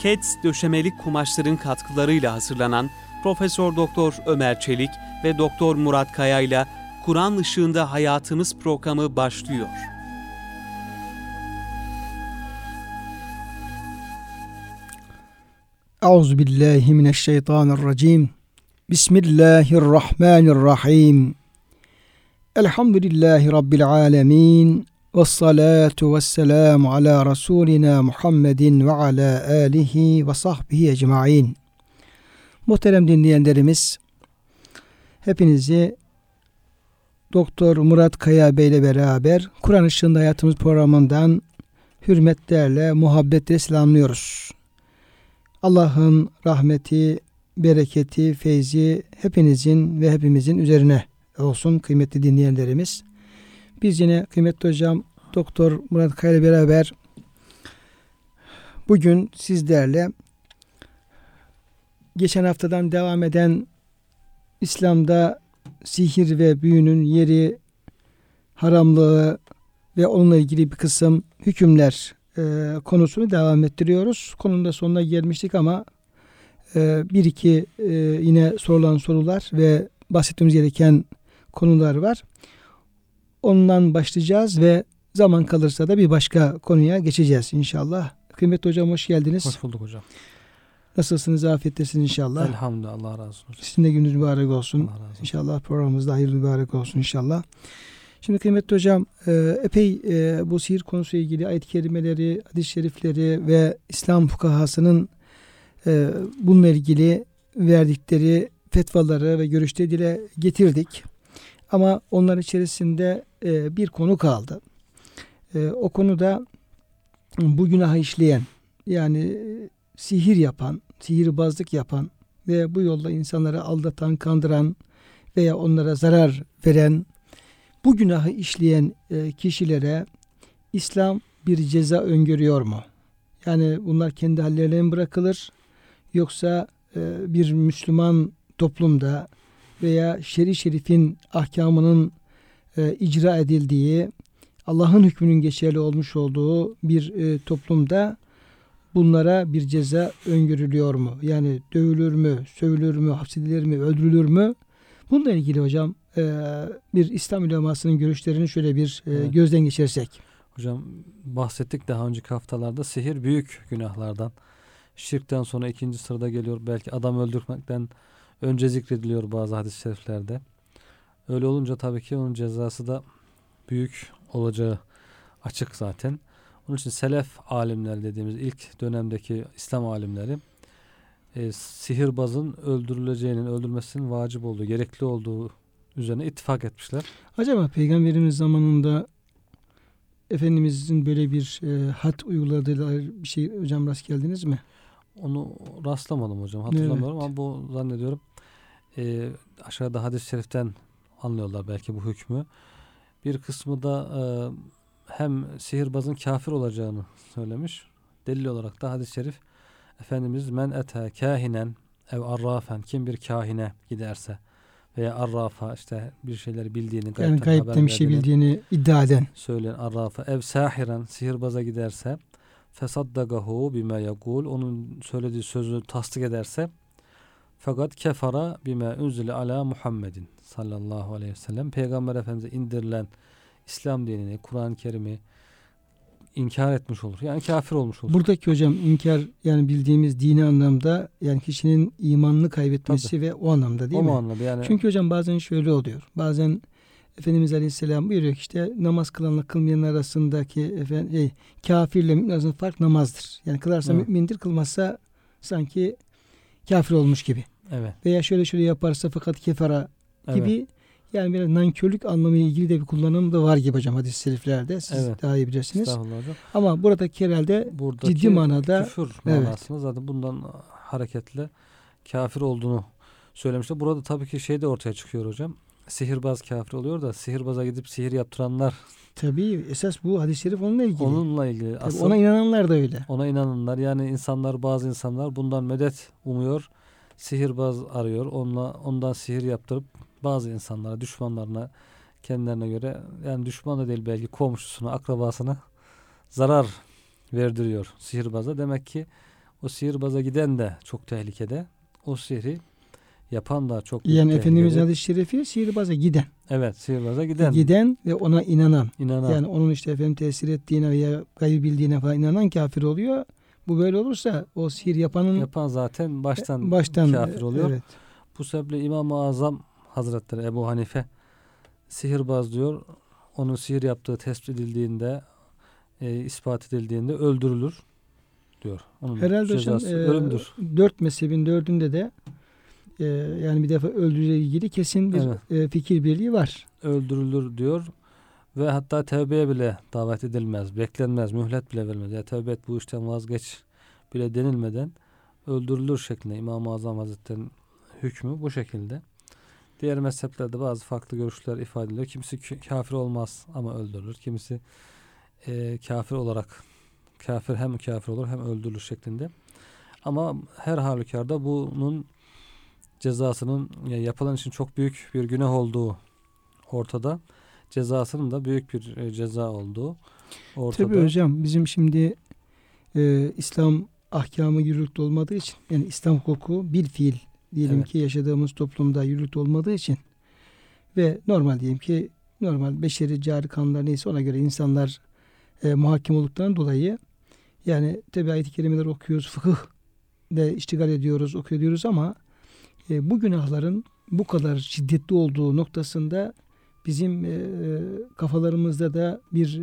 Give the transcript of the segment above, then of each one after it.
Keds döşemelik kumaşların katkılarıyla hazırlanan Profesör Doktor Ömer Çelik ve Doktor Murat Kaya ile Kur'an Işığında Hayatımız programı başlıyor. Euzubillahimineşşeytanirracim. Bismillahirrahmanirrahim. Elhamdülillahi Rabbil alemin. Vessalatu vesselamu ala Resulina Muhammedin ve ala alihi ve sahbihi ecmain. Muhterem dinleyenlerimiz, hepinizi Doktor Murat Kaya Bey ile beraber Kur'an Işığında Hayatımız programından hürmetlerle, muhabbetle selamlıyoruz. Allah'ın rahmeti, bereketi, feyzi hepinizin ve hepimizin üzerine olsun kıymetli dinleyenlerimiz. Biz yine kıymetli hocam Doktor Murat Kaya ile beraber bugün sizlerle geçen haftadan devam eden İslam'da sihir ve büyünün yeri, haramlığı ve onunla ilgili bir kısım hükümler konusunu devam ettiriyoruz. Konunun da sonuna gelmiştik ama bir iki yine sorulan sorular ve bahsetmemiz gereken konular var. Ondan başlayacağız ve zaman kalırsa da bir başka konuya geçeceğiz inşallah. Kıymetli hocam, hoş geldiniz. Hoş bulduk hocam. Nasılsınız? Afiyettesiniz inşallah. Elhamdülillah. Allah razı olsun hocam. Sizin de gününüz mübarek olsun. Allah razı olsun. İnşallah programımızda hayırlı mübarek olsun inşallah. Şimdi kıymetli hocam, epey bu sihir konusuyla ilgili ayet-i kerimeleri, hadis-i şerifleri ve İslam fukahasının bununla ilgili verdikleri fetvaları ve görüşleri dile getirdik. Ama onlar içerisinde bir konu kaldı. O konuda bu günahı işleyen, yani sihir yapan, sihirbazlık yapan ve bu yolda insanları aldatan, kandıran veya onlara zarar veren, bu günahı işleyen kişilere İslam bir ceza öngörüyor mu? Yani bunlar kendi hallerine mi bırakılır? Yoksa bir Müslüman toplumda veya şer'i şerifin ahkamının icra edildiği, Allah'ın hükmünün geçerli olmuş olduğu bir toplumda bunlara bir ceza öngörülüyor mu? Yani dövülür mü, sövülür mü, hapsedilir mi, öldürülür mü? Bununla ilgili hocam bir İslam ulemasının görüşlerini şöyle bir gözden geçirsek. Hocam bahsettik daha önceki haftalarda, sihir büyük günahlardan. Şirkten sonra ikinci sırada geliyor. Belki adam öldürmekten önce zikrediliyor bazı hadis-i şeriflerde. Öyle olunca tabii ki onun cezası da büyük olacağı açık zaten. Onun için selef alimler dediğimiz ilk dönemdeki İslam alimleri sihirbazın öldürülmesinin vacip olduğu, gerekli olduğu üzerine ittifak etmişler. Acaba Peygamberimiz zamanında Efendimizin böyle bir had uyguladığı bir şey hocam rast geldiniz mi? Onu rastlamadım hocam, hatırlamıyorum, evet. ama bu zannediyorum aşağıda hadis-i şeriften anlıyorlar belki bu hükmü. Bir kısmı da hem sihirbazın kafir olacağını söylemiş. Delil olarak da hadis-i şerif Efendimiz men ete kahinen ev arrafen, kim bir kahine giderse veya arrafa, işte bir şeyleri bildiğini, yani gaybden bir şey bildiğini iddia eden, söyleyen arrafa, ev sahiren, sihirbaza giderse fesaddagahu bima yekul, onun söylediği sözü tasdik ederse fakat kefara bima unzile ala Muhammedin sallallahu aleyhi ve sellem, Peygamber Efendimiz'e indirilen İslam dinini, Kur'an-ı Kerim'i inkar etmiş olur. Yani kafir olmuş olur. Buradaki hocam inkar, yani bildiğimiz dini anlamda, yani kişinin imanını kaybetmesi. Tabii. Ve o anlamda değil mi? O anlamda yani. Çünkü hocam bazen şöyle oluyor. Bazen Efendimiz Aleyhisselam buyuruyor ki işte namaz kılanla kılmayan arasındaki kafirle mümin arasındaki fark namazdır. Yani kılarsa mümindir, kılmazsa sanki kafir olmuş gibi. Evet. Veya şöyle yaparsa fakat kefara gibi. Evet. Yani biraz nankörlük anlamıyla ilgili de bir kullanım da var gibi hocam hadis-i şeriflerde. Siz daha iyi bilirsiniz. Estağfurullah hocam. Ama buradaki herhalde ciddi manada küfür manasında zaten bundan hareketle kafir olduğunu söylemişler. Burada tabii ki şey de ortaya çıkıyor hocam. Sihirbaz kafir oluyor da sihirbaza gidip sihir yaptıranlar. Tabii esas bu hadis-i şerif onunla ilgili. Onunla ilgili. Asıl ona inananlar da öyle. Ona inananlar, yani bazı insanlar bundan medet umuyor. Sihirbaz arıyor. Ondan sihir yaptırıp bazı insanlara, düşmanlarına, kendilerine göre, yani düşman da değil belki, komşusuna, akrabasına zarar verdiriyor sihirbaza. Demek ki O sihirbaza giden de çok tehlikede. O sihri yapan da çok büyük Yani tehlikede. Efendimiz hadis-i şerifi sihirbaza giden. Evet, sihirbaza giden. Giden ve ona inanan. İnanan. Yani onun işte efendim tesir ettiğine veya gaybı bildiğine falan inanan kafir oluyor. Bu böyle olursa o sihir Yapan zaten baştan kafir oluyor. Evet. Bu sebeple İmam-ı Azam Hazretleri Ebu Hanife sihirbaz diyor. Onun sihir yaptığı tespit edildiğinde, ispat edildiğinde öldürülür diyor. Onun Herhalde hocam cezası ölümdür. 4 mezhebin 4'ünde de yani bir defa öldürüyle ilgili kesin bir fikir birliği var. Öldürülür diyor ve hatta tevbeye bile davet edilmez, beklenmez, mühlet bile verilmez. Ya tevbe et, bu işten vazgeç bile denilmeden öldürülür şeklinde İmam-ı Azam Hazretleri'nin hükmü bu şekilde. Diğer mezheplerde bazı farklı görüşler ifade ediliyor. Kimisi kafir olmaz ama öldürülür. Kimisi kafir olarak hem kafir olur hem öldürülür şeklinde. Ama her halükarda bunun cezasının yapılan için çok büyük bir günah olduğu ortada. Cezasının da büyük bir ceza olduğu ortada. Tabii hocam bizim şimdi İslam ahkamı yürürlükte olmadığı için, yani İslam hukuku bir fiil diyelim ki yaşadığımız toplumda yürürlükte olmadığı için ve normal diyelim ki normal beşeri cari kanunlar neyse ona göre insanlar muhakim olduklarından dolayı yani tabi ayet-i kerimeler okuyoruz, fıkıh de iştigal ediyoruz, okuyoruz ama bu günahların bu kadar şiddetli olduğu noktasında bizim kafalarımızda da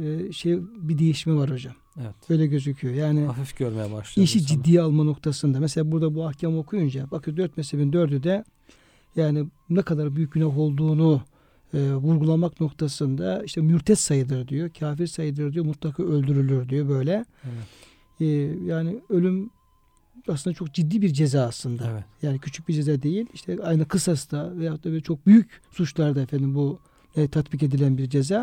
bir değişme var hocam. Evet. Öyle gözüküyor. Yani hafif görmeye başlıyor. İşi ciddiye alma noktasında. Mesela burada bu ahkam okuyunca bakıyor 4 mezhebin 4'ü de yani ne kadar büyük günah olduğunu vurgulamak noktasında işte mürted sayılır diyor. Kafir sayılır diyor. Mutlaka öldürülür diyor böyle. Evet. Yani ölüm aslında çok ciddi bir ceza aslında. Evet. Yani küçük bir ceza değil. İşte aynı kısasta veyahut da böyle çok büyük suçlarda efendim bu tatbik edilen bir ceza.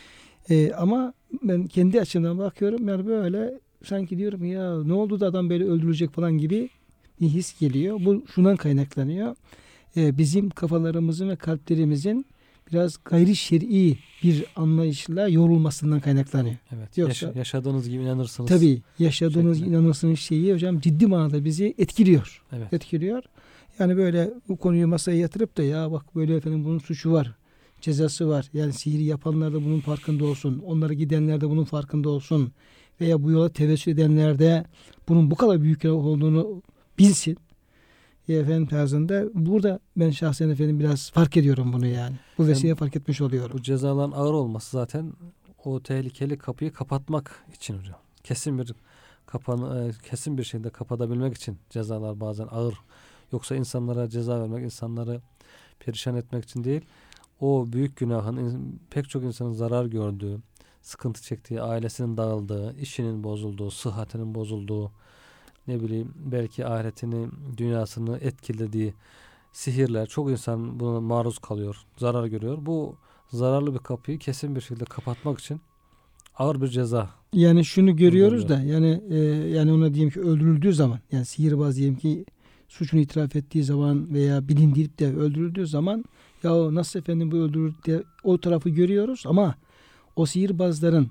Ama ben kendi açımdan bakıyorum yani böyle sanki diyorum ya ne oldu da adam böyle öldürülecek falan gibi bir his geliyor. Bu şundan kaynaklanıyor. Bizim kafalarımızın ve kalplerimizin biraz gayri şer'i bir anlayışla yorulmasından kaynaklanıyor. Evet. Yoksa, yaşadığınız gibi inanırsınız. Tabii yaşadığınız inanırsınız şeyi hocam ciddi manada bizi etkiliyor. Evet. Etkiliyor. Yani böyle bu konuyu masaya yatırıp da ya bak böyle efendim bunun suçu var. Cezası var. Yani sihiri yapanlar da bunun farkında olsun. Onlara gidenler de bunun farkında olsun. Veya bu yola tevessül edenler de bunun bu kadar büyük olduğunu bilsin. Efendim tarzında. Burada ben şahsen efendim biraz fark ediyorum bunu yani. Bu vesileyle fark etmiş oluyorum. Bu cezaların ağır olması zaten o tehlikeli kapıyı kapatmak için hocam. Kesin bir şekilde kapatabilmek için cezalar bazen ağır. Yoksa insanlara ceza vermek, insanları perişan etmek için değil. O büyük günahın pek çok insanın zarar gördüğü, sıkıntı çektiği, ailesinin dağıldığı, işinin bozulduğu, sıhhatinin bozulduğu, belki ahiretini, dünyasını etkilediği sihirler. Çok insan buna maruz kalıyor, zarar görüyor. Bu zararlı bir kapıyı kesin bir şekilde kapatmak için ağır bir ceza. Yani şunu görüyoruz da yani ona diyelim ki öldürüldüğü zaman yani sihirbaz diyelim ki suçunu itiraf ettiği zaman veya bilindirip de öldürüldüğü zaman ya nasıl efendim bu öldürür diye o tarafı görüyoruz ama o sihirbazların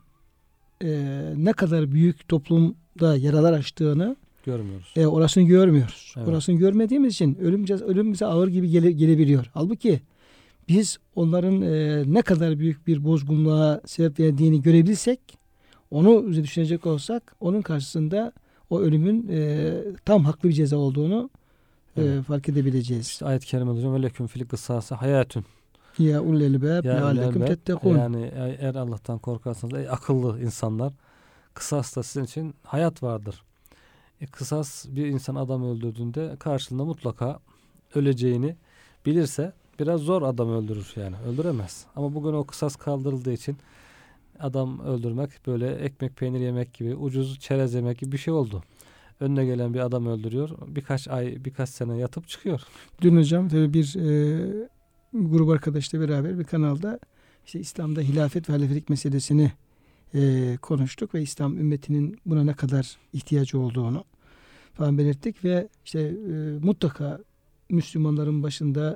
ne kadar büyük toplumda yaralar açtığını görmüyoruz. Orasını görmüyoruz. Evet. Orasını görmediğimiz için ölüm bize ağır gibi gelebiliyor. Halbuki biz onların ne kadar büyük bir bozgunluğa sebep verdiğini görebilsek, onu düşünecek olsak onun karşısında o ölümün tam haklı bir ceza olduğunu fark edebileceğiz. İşte ayet-i kerime hocam veleküm fil kısası hayatun. Ya ulul elbab leallekum tettekun. Yani eğer Allah'tan korkarsanız ey akıllı insanlar, kısasta sizin için hayat vardır. Kısas bir insan adam öldürdüğünde karşılığında mutlaka öleceğini bilirse biraz zor adam öldürür yani. Öldüremez. Ama bugün o kısas kaldırıldığı için adam öldürmek böyle ekmek peynir yemek gibi, ucuz çerez yemek gibi bir şey oldu. Önüne gelen bir adam öldürüyor. Birkaç ay, birkaç sene yatıp çıkıyor. Dün hocam tabii bir grup arkadaşla beraber bir kanalda işte İslam'da hilafet ve halifelik meselesini konuştuk ve İslam ümmetinin buna ne kadar ihtiyacı olduğunu falan belirttik ve işte mutlaka Müslümanların başında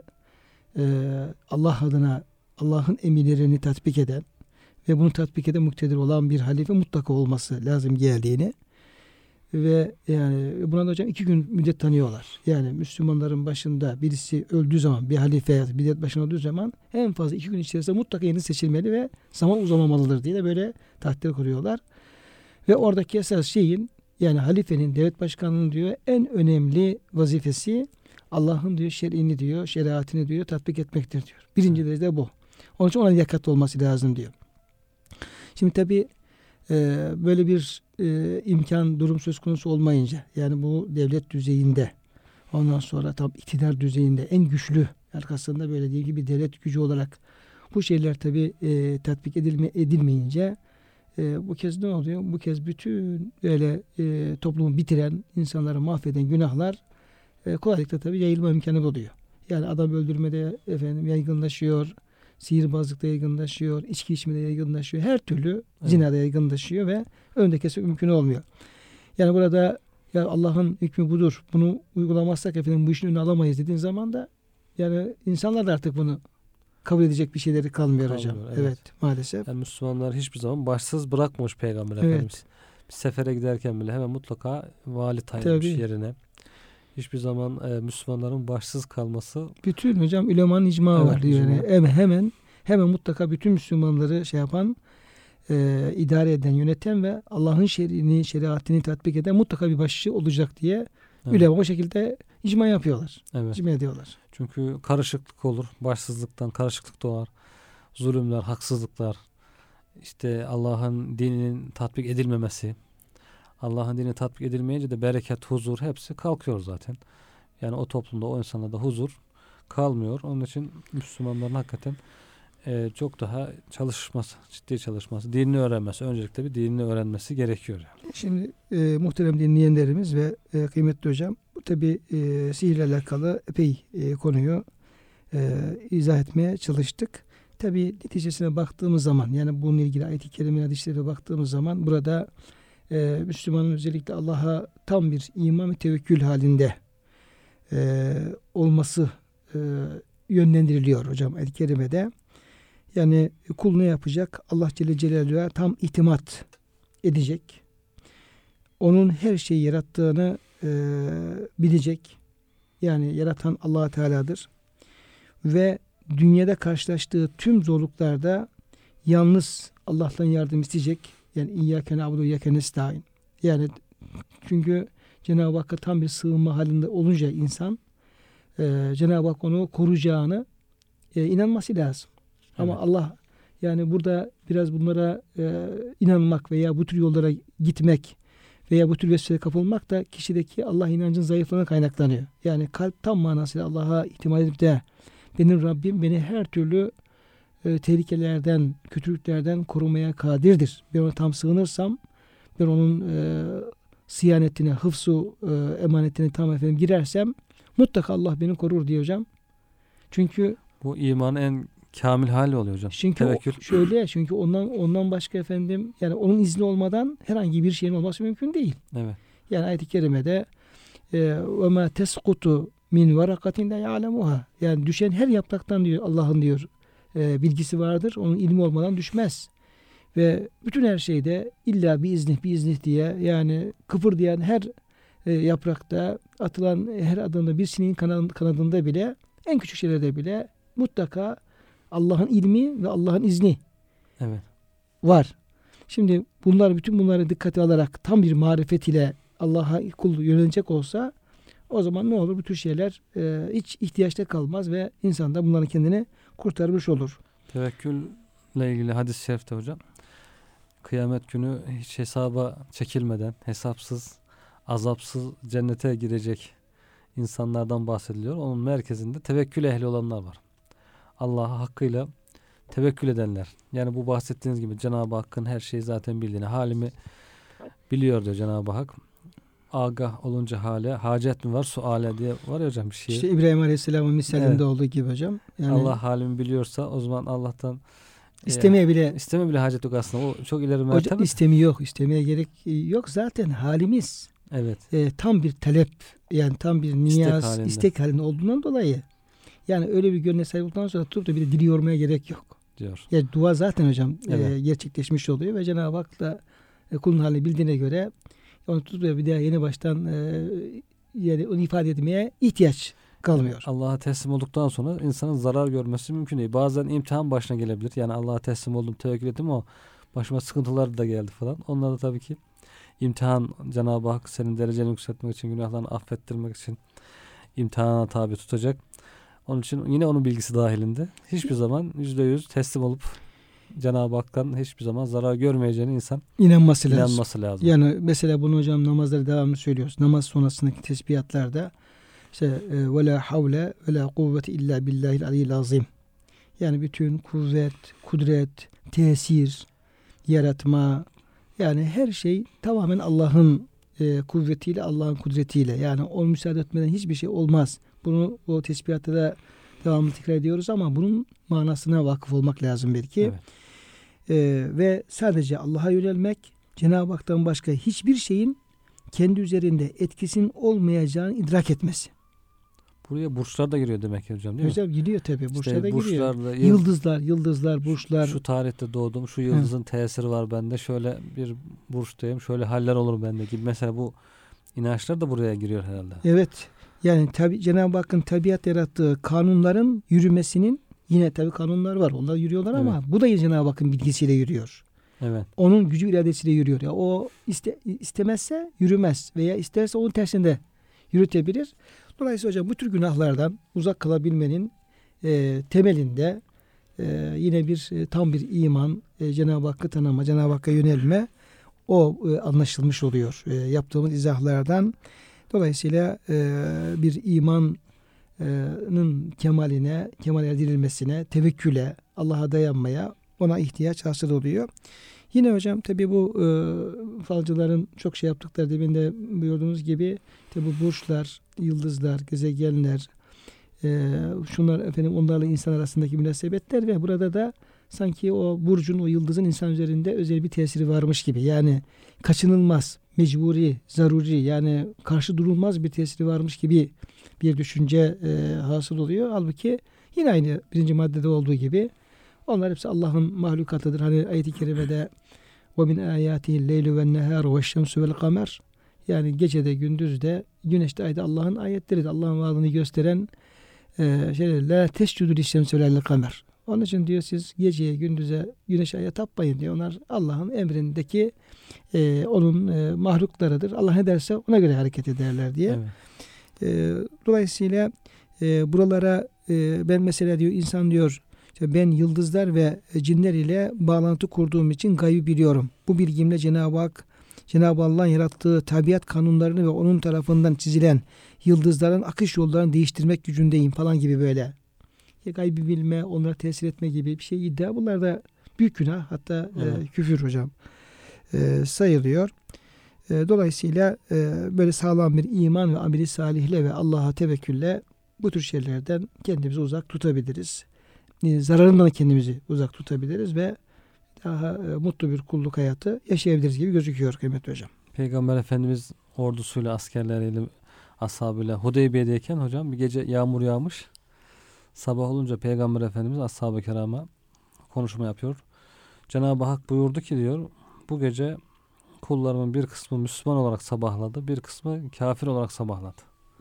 Allah adına Allah'ın emirlerini tatbik eden ve bunu tatbik eden muktedir olan bir halife mutlaka olması lazım geldiğini ve yani buna da hocam 2 gün müddet tanıyorlar. Yani Müslümanların başında birisi öldüğü zaman, bir halife bidat başına olduğu zaman en fazla 2 gün içerisinde mutlaka yeni seçilmeli ve zaman uzamamalıdır diye de böyle takdir kuruyorlar. Ve oradaki esas şeyin, yani halifenin, devlet başkanının diyor en önemli vazifesi Allah'ın diyor şer'ini diyor, şeriatını diyor tatbik etmektir diyor. Birinci derecede bu. Onun için ona liyakatli olması lazım diyor. Şimdi tabi böyle bir imkan, durum söz konusu olmayınca, yani bu devlet düzeyinde, ondan sonra tam iktidar düzeyinde en güçlü, arkasında böyle diye gibi devlet gücü olarak bu şeyler tabi tatbik edilmeyince bu kez ne oluyor? Bu kez bütün böyle toplumu bitiren, insanları mahveden günahlar kolaylıkla tabi yayılma imkanı oluyor. Yani adam öldürmede yaygınlaşıyor, sihirbazlıkta yaygınlaşıyor, içki içmede yaygınlaşıyor, her türlü zinada yaygınlaşıyor ve önde kesmek mümkün olmuyor. Yani burada ya Allah'ın hükmü budur, bunu uygulamazsak bu işin önüne alamayız dediğin zaman da yani insanlar da artık bunu kabul edecek bir şeyleri kalmıyor hocam. Evet, maalesef. Yani Müslümanlar hiçbir zaman başsız bırakmamış Peygamber Efendimiz. Bir sefere giderken bile hemen mutlaka vali tayinlemiş yerine. Hiçbir zaman Müslümanların başsız kalması. Bütün hocam ulemanın icma var diyor. Yani hemen mutlaka bütün Müslümanları şey yapan, idare eden, yöneten ve Allah'ın şeriatını tatbik eden mutlaka bir başçı olacak diye ulema o şekilde icma yapıyorlar. Evet. İcma ediyorlar. Çünkü karışıklık olur. Başsızlıktan karışıklık doğar. Zulümler, haksızlıklar, işte Allah'ın dininin tatbik edilmemesi. Allah'ın dini tatbik edilmeyince de bereket, huzur hepsi kalkıyor zaten. Yani o toplumda, o insanlarda huzur kalmıyor. Onun için Müslümanların hakikaten çok daha ciddi çalışması, dinini öğrenmesi, öncelikle bir dinini öğrenmesi gerekiyor. Yani. Şimdi muhterem dinleyenlerimiz ve kıymetli hocam, bu tabi sihirle alakalı epey konuyu izah etmeye çalıştık. Tabi neticesine baktığımız zaman, yani bununla ilgili ayet-i kerime hadislere baktığımız zaman burada Müslümanın özellikle Allah'a tam bir iman ve tevekkül halinde olması yönlendiriliyor hocam ayet-i kerimede. Yani kul ne yapacak? Allah Celle Celaluhu'ya tam itimat edecek. Onun her şeyi yarattığını bilecek. Yani yaratan Allah Teala'dır. Ve dünyada karşılaştığı tüm zorluklarda yalnız Allah'tan yardım isteyecek. Yani İyyâke na'budu ve İyyâke nestaîn. Yani çünkü Cenab-ı Hakk'a tam bir sığınma halinde olunca insan Cenab-ı Hak onu koruyacağını inanması lazım. Evet. Ama Allah yani burada biraz bunlara inanmak veya bu tür yollara gitmek veya bu tür vesveseye kapılmak da kişideki Allah inancının zayıflığına kaynaklanıyor. Yani kalp tam manasıyla Allah'a itimat edip de benim Rabbim beni her türlü tehlikelerden, kötülüklerden korumaya kadirdir. Ben ona tam sığınırsam, ben onun siyanetine, hıfzu emanetine tam girersem mutlaka Allah beni korur diyor hocam. Çünkü bu imanın en kamil hali oluyor hocam. Çünkü ondan başka yani onun izni olmadan herhangi bir şeyin olması mümkün değil. Evet. Yani ayet-i kerimede ve ma tesqutu min varakatin la ya'lemuha. Yani düşen her yapraktan diyor Allah'ın diyor bilgisi vardır. Onun ilmi olmadan düşmez. Ve bütün her şeyde illa biiznih diye, yani kıpırdayan her yaprakta, atılan her adımda, bir sineğin kanadında bile, en küçük şeylerde bile mutlaka Allah'ın ilmi ve Allah'ın izni var. Şimdi bütün bunları dikkate alarak tam bir marifet ile Allah'a kul yönelecek olsa, o zaman ne olur? Bu tür şeyler hiç ihtiyaçta kalmaz ve insan da bunların kendini kurtarmış olur. Tevekkülle ilgili hadis-i şerifte hocam, kıyamet günü hiç hesaba çekilmeden, hesapsız, azapsız cennete girecek insanlardan bahsediliyor. Onun merkezinde tevekkül ehli olanlar var. Allah'a hakkıyla tevekkül edenler. Yani bu bahsettiğiniz gibi Cenab-ı Hakk'ın her şeyi zaten bildiğini, halimi biliyor diyor Cenab-ı Hak. Agah olunca hale, hacet mi var, suale diye var ya hocam bir şey. İşte İbrahim Aleyhisselam'ın misalinde olduğu gibi hocam. Yani Allah halimi biliyorsa o zaman Allah'tan istemeye bile hacet yok aslında. O çok ileri mertebe. İstemeye gerek yok. Zaten halimiz evet. Tam bir talep, yani tam bir niyaz, istek halinde olduğundan dolayı, yani öyle bir gönle sahip olduktan sonra tutup da bir de dili yormaya gerek yok. Diyor. Yani dua zaten hocam gerçekleşmiş oluyor ve Cenab-ı Hak da kulun halini bildiğine göre Onu tutup da bir daha yeni baştan yani onu ifade etmeye ihtiyaç kalmıyor. Allah'a teslim olduktan sonra insanın zarar görmesi mümkün değil. Bazen imtihan başına gelebilir. Yani Allah'a teslim oldum, tevekkül ettim ama başıma sıkıntılar da geldi falan. Onlar da tabii ki imtihan. Cenab-ı Hak senin dereceni yükseltmek için, günahlarını affettirmek için imtihana tabi tutacak. Onun için yine onun bilgisi dahilinde. Hiçbir zaman %100 teslim olup Cenab-ı Hak'tan hiçbir zaman zarar görmeyeceğini insan İnanması lazım. Yani mesela bunu hocam namazları devamlı söylüyoruz. Namaz sonrasındaki tesbihatlarda işte ve la havle ve la kuvvete illa billahil aliyyil azim. Yani bütün kuvvet, kudret, tesir, yaratma, yani her şey tamamen Allah'ın kuvvetiyle, Allah'ın kudretiyle. Yani o müsaade etmeden hiçbir şey olmaz. Bunu o tesbihatta da devamlı tekrar ediyoruz ama bunun manasına vakıf olmak lazım belki. Evet. Ve sadece Allah'a yönelmek, Cenab-ı Hak'tan başka hiçbir şeyin kendi üzerinde etkisinin olmayacağını idrak etmesi. Buraya burçlar da giriyor demek ki hocam, değil mi? Hocam gidiyor tabii. Burçlar da giriyor. Yıldızlar, burçlar. Şu tarihte doğdum, şu yıldızın tesiri var bende, şöyle bir burçtayım, şöyle haller olur bende gibi. Mesela bu inançlar da buraya giriyor herhalde. Evet. Yani tabi Cenab-ı Hakk'ın tabiat yarattığı kanunların yürümesinin yine tabi kanunlar var. Onlar yürüyorlar ama bu da Cenab-ı Hakk'ın bilgisiyle yürüyor. Evet. Onun gücü iradesiyle yürüyor. Ya o istemezse yürümez veya isterse onun tersinde yürütebilir. Dolayısıyla hocam bu tür günahlardan uzak kalabilmenin temelinde yine tam bir iman, Cenab-ı Hakk'ı tanıma, Cenab-ı Hakk'a yönelme o anlaşılmış oluyor yaptığımız izahlardan. Dolayısıyla bir imanın kemal erdirilmesine, tevekküle, Allah'a dayanmaya, ona ihtiyaç hasıl oluyor. Yine hocam tabi bu falcıların çok şey yaptıkları demin de buyurduğunuz gibi tabi bu burçlar, yıldızlar, gezegenler, şunlar efendim onlarla insan arasındaki münasebetler ve burada da sanki o burcun, o yıldızın insan üzerinde özel bir tesiri varmış gibi. Yani kaçınılmaz, mecburi, zaruri, yani karşı durulmaz bir tesiri varmış gibi bir düşünce hasıl oluyor. Halbuki yine aynı birinci maddede olduğu gibi onlar hepsi Allah'ın mahlukatıdır. Hani ayet-i kerimede وَمِنْ آيَاتِهِ اللَّيْلُ وَالنَّهَارُ وَالشَّمْسُ وَالْقَمَرُ yani gecede gündüzde güneşte ayda Allah'ın ayetleridir. Allah'ın varlığını gösteren la tescudu liş-şemsi ve lil-kamer. Onun için diyor siz geceye gündüze güneşe aya tapmayın diyor. Onlar Allah'ın emrindeki onun mahluklarıdır. Allah ne derse ona göre hareket ederler diye. Evet. Dolayısıyla buralara ben mesela diyor insan diyor ben yıldızlar ve cinler ile bağlantı kurduğum için gaybı biliyorum. Bu bilgimle Cenab-ı Allah'ın yarattığı tabiat kanunlarını ve onun tarafından çizilen yıldızların akış yollarını değiştirmek gücündeyim falan gibi böyle. Gaybı bilme, onlara tesir etme gibi bir şey iddia. Bunlar da büyük günah, hatta küfür hocam sayılıyor. Dolayısıyla böyle sağlam bir iman ve ameli salihle ve Allah'a tevekkülle bu tür şeylerden kendimizi uzak tutabiliriz. Zararından kendimizi uzak tutabiliriz ve daha mutlu bir kulluk hayatı yaşayabiliriz gibi gözüküyor kıymetli hocam. Peygamber Efendimiz ordusuyla, askerleriyle, ashabıyla Hudeybiye'deyken hocam bir gece yağmur yağmış. Sabah olunca Peygamber Efendimiz ashab-ı kirama konuşma yapıyor. Cenab-ı Hak buyurdu ki diyor, bu gece kullarımın bir kısmı Müslüman olarak sabahladı, bir kısmı kafir olarak sabahladı.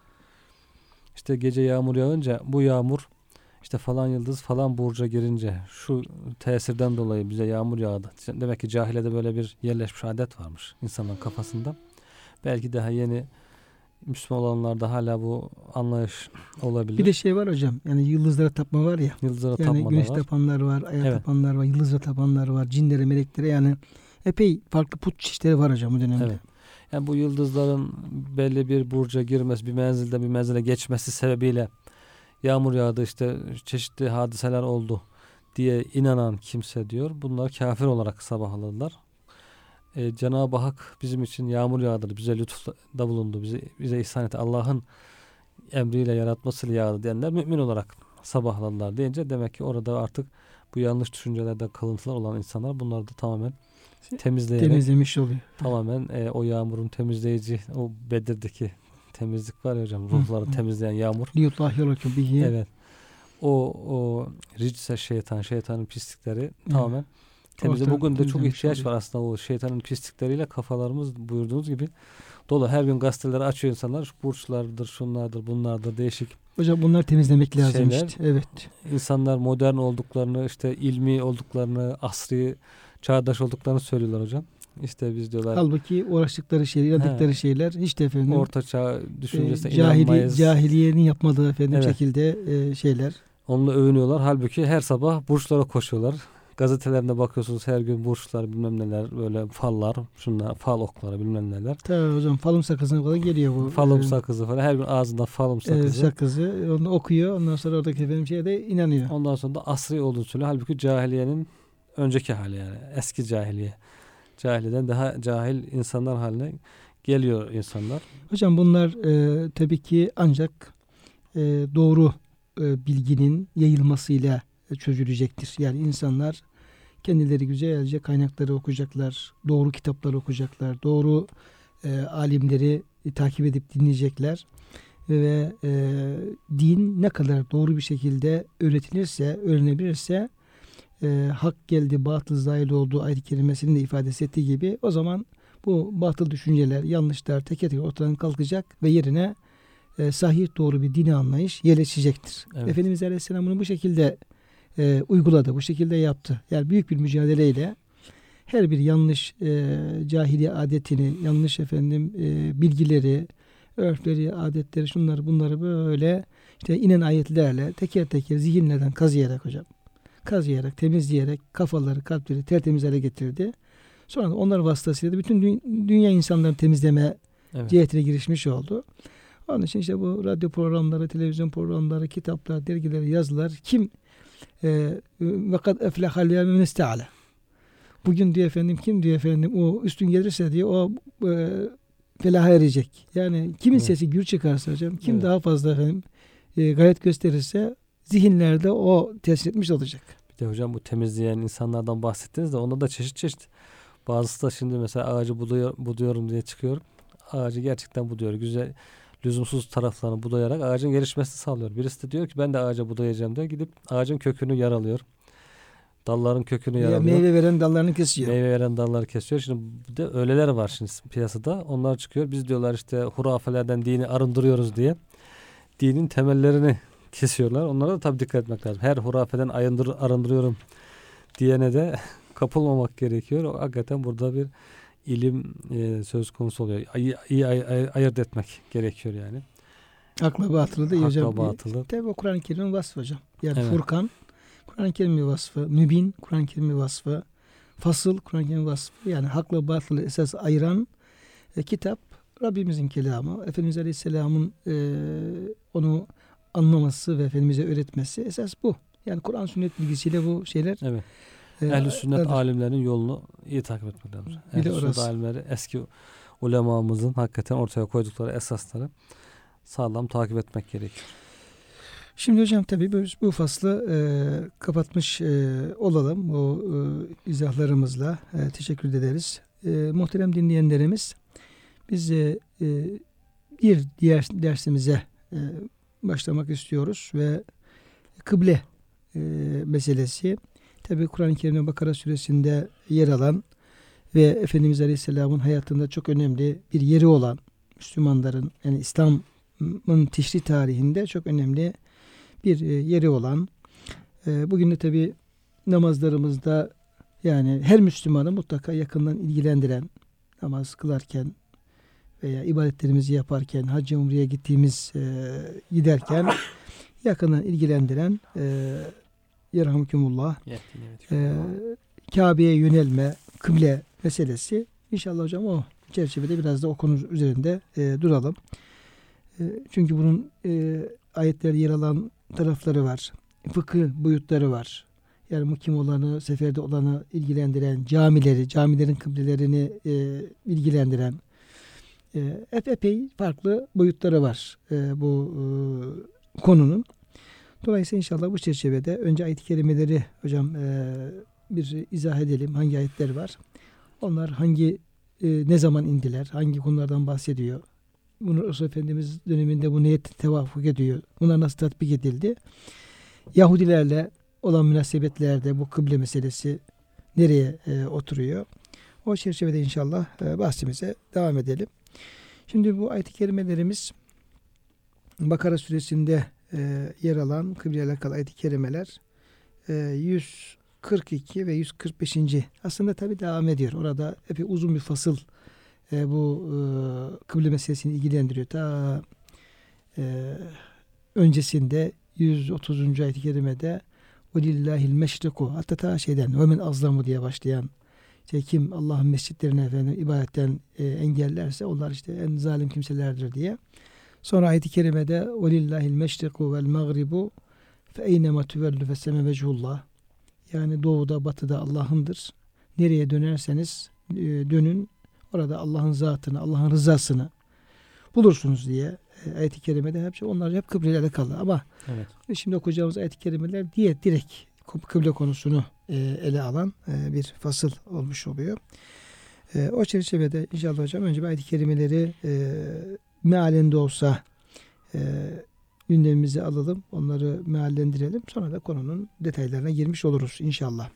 İşte gece yağmur yağınca bu yağmur işte falan yıldız falan burca girince şu tesirden dolayı bize yağmur yağdı. Demek ki cahilede böyle bir yerleşmiş adet varmış insanların kafasında. Belki daha yeni Müslüman olanlarda hala bu anlayış olabilir. Bir de şey var hocam. Yani yıldızlara tapma var ya. Yıldızlara yani tapma güneş var. Tapanlar var, aya tapanlar var, yıldızlara tapanlar var, cinlere, meleklere, yani epey farklı put çeşitleri var hocam bu dönemde. Evet. Yani bu yıldızların belli bir burca girmesi, bir menzilden bir menzile geçmesi sebebiyle yağmur yağdı, işte çeşitli hadiseler oldu diye inanan kimse diyor, bunlar kafir olarak sabahladılar. Cenab-ı Hak bizim için yağmur yağdırdı, bize lütufta bulundu, bize ihsan etti, Allah'ın emriyle yaratmasıyla yağdı diyenler mümin olarak sabahladılar deyince demek ki orada artık bu yanlış düşüncelerde kalıntılar olan insanlar bunları da tamamen temizlemiş oluyor. Tamamen o yağmurun temizleyici, o Bedir'deki temizlik var ya hocam, ruhları temizleyen yağmur. Evet. O ricse şeytanın pislikleri tamamen Temize Ortadan bugün de çok temizlenmiş ihtiyaç oluyor. var aslında, o şeytanın pislikleriyle kafalarımız buyurduğunuz gibi dolu. Her gün gazeteleri açıyor insanlar. Şu burçlardır, şunlardır, bunlardır, değişik Hocam bunlar temizlemek lazım şeyler. işte. Evet. İnsanlar modern olduklarını, işte ilmi olduklarını, asri, çağdaş olduklarını söylüyorlar hocam. İşte biz diyorlar Halbuki uğraştıkları şeyler, inandıkları şeyler hiç de efendim orta çağ düşüncesine inanmayız. cahiliyenin yapmadığı efendim Evet. şekilde şeyler. Onunla övünüyorlar. Halbuki her sabah burçlara koşuyorlar. Gazetelerinde bakıyorsunuz her gün burçlar bilmem neler, böyle fallar, şunlar, fal okları bilmem neler. Tabii hocam falım sakızına falan geliyor bu. Falım sakızı falan. Her gün ağzında falım sakızı. Sakızı. Onu okuyor. Ondan sonra oradaki efendim şeye de inanıyor. Ondan sonra da asri olduğunu söylüyor. Halbuki cahiliyenin önceki hali yani. Eski cahiliye. Cahiliyeden daha cahil insanlar haline geliyor insanlar. Hocam bunlar tabii ki ancak doğru bilginin yayılmasıyla çözülecektir. Yani insanlar kendileri güzelce kaynakları okuyacaklar, doğru kitapları okuyacaklar, doğru alimleri takip edip dinleyecekler ve din ne kadar doğru bir şekilde öğretilirse, öğrenebilirse hak geldi, batıl zahil oldu ayet-i kerimesinin de ifadesi ettiği gibi o zaman bu batıl düşünceler, yanlışlar teker teker ortadan kalkacak ve yerine sahih doğru bir dini anlayış yerleşecektir. Evet. Efendimiz Aleyhisselam bunu bu şekilde uyguladı, bu şekilde yaptı. Yani büyük bir mücadeleyle her bir yanlış cahiliye adetini, yanlış bilgileri, örfleri, adetleri, şunları bunları böyle işte inen ayetlerle teker teker zihinlerden kazıyarak hocam, kazıyarak, temizleyerek kafaları, kalpleri tertemiz hale getirdi. Sonra da onlar vasıtasıyla da bütün dünya insanlarını temizleme cihetine girişmiş oldu. Onun için işte bu radyo programları, televizyon programları, kitaplar, dergiler, yazılar kim vakat eflehal yevmen iste'ala. Bugün diyor efendim kim diyor efendim o üstün gelirse diyor o felaha erecek. Yani kimin sesi gür çıkarsa hocam, kim daha fazla efendim gayret gösterirse zihinlerde o tesir etmiş olacak. Bir de hocam bu temizleyen insanlardan bahsettiniz de onda da çeşit çeşit. Bazısı da şimdi mesela ağacı buduyorum diye çıkıyor. Ağacı gerçekten buduyor. Güzel, lüzumsuz taraflarını budayarak ağacın gelişmesini sağlıyor. Birisi de diyor ki ben de ağaca budayacağım diye gidip ağacın kökünü yaralıyor. Dalların kökünü yaralıyor. Meyve veren dallarını kesiyor. Meyve veren dalları kesiyor. Şimdi bir de öyleler var şimdi piyasada. Onlar çıkıyor. Biz diyorlar işte hurafelerden dini arındırıyoruz diye. Dinin temellerini kesiyorlar. Onlara da tabii dikkat etmek lazım. Her hurafeden arındırıyorum diyene de kapılmamak gerekiyor. O hakikaten burada bir ilim söz konusu oluyor. İyi ayırt etmek gerekiyor yani. Hakla batılı da iyi hocam. Hakla batılı. Tabi o Kur'an-ı Kerim'in vasfı hocam. Yani Evet. Furkan Kur'an-ı Kerim'in vasfı, Mübin Kur'an-ı Kerim'in vasfı, Fasıl Kur'an-ı Kerim'in vasfı. Yani hakla batılı esas ayıran kitap Rabbimizin kelamı. Efendimiz Aleyhisselam'ın onu anlaması ve Efendimiz'e öğretmesi esas bu. Yani Kur'an sünnet bilgisiyle bu şeyler. Evet. Ehl-i sünnet alimlerinin yolunu iyi takip etmek lazım. Ehl-i sünnet alimleri eski ulemamızın hakikaten ortaya koydukları esasları sağlam takip etmek gerekiyor. Şimdi hocam tabii bu faslı kapatmış olalım. O izahlarımızla teşekkür ederiz. Muhterem dinleyenlerimiz biz bir diğer dersimize başlamak istiyoruz ve kıble meselesi. Tabii Kur'an-ı Kerim'de Bakara suresinde yer alan ve Efendimiz Aleyhisselam'ın hayatında çok önemli bir yeri olan Müslümanların yani İslam'ın teşri tarihinde çok önemli bir yeri olan bugün de tabii namazlarımızda yani her Müslümanı mutlaka yakından ilgilendiren namaz kılarken veya ibadetlerimizi yaparken hacca umreye giderken yakından ilgilendiren yerhamdülillah Kabe'ye yönelme, kıble meselesi. İnşallah hocam o çerçevede biraz da o konu üzerinde duralım. Çünkü bunun ayetler yer alan tarafları var. Fıkıh boyutları var. Yani mukim olanı, seferde olanı ilgilendiren, camilerin kıblelerini ilgilendiren epey farklı boyutları var bu konunun. Dolayısıyla inşallah bu çerçevede önce ayet-i kerimeleri hocam bir izah edelim. Hangi ayetler var? Onlar ne zaman indiler? Hangi konulardan bahsediyor? Bunu Resul Efendimiz döneminde bu neye tevafuk ediyor? Bunlar nasıl tatbik edildi? Yahudilerle olan münasebetlerde bu kıble meselesi nereye oturuyor. O çerçevede inşallah bahsimize devam edelim. Şimdi bu ayet-i kerimelerimiz Bakara suresinde yer alan kıble ile alakalı ayet-i kerimeler 142 ve 145. aslında tabi devam ediyor. Orada epey uzun bir fasıl bu kıble meselesini ilgilendiriyor. Ta öncesinde 130. ayet-i kerimede وَلِلَّهِ الْمَشْرِقُ hatta ta şeyden وَمَنْ azlamu diye başlayan kim Allah'ın mescitlerine ibadetten engellerse onlar işte en zalim kimselerdir diye. Sonra ayet-i kerimede وَلِلَّهِ الْمَشْرِقُ وَالْمَغْرِبُ فَاَيْنَمَا تُوَلُّ فَسَّمَ وَجْهُ yani doğuda batıda Allah'ındır. Nereye dönerseniz dönün orada Allah'ın zatını, Allah'ın rızasını bulursunuz diye ayet-i kerimede onlar hep kıble ile alakalı ama şimdi okuyacağımız ayet-i kerimeler direkt kıble konusunu ele alan bir fasıl olmuş oluyor. O çerçevede inşallah hocam önce bir ayet-i kerimeleri mealinde olsa gündemimize alalım. Onları meallendirelim. Sonra da konunun detaylarına girmiş oluruz inşallah.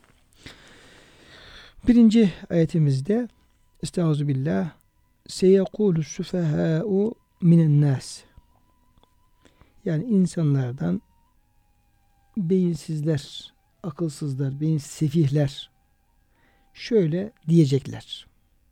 Birinci ayetimizde Estağfirullah seyekûlü süfehâ'u minen nâs yani insanlardan beyinsizler, akılsızlar, beyinsiz sefihler şöyle diyecekler.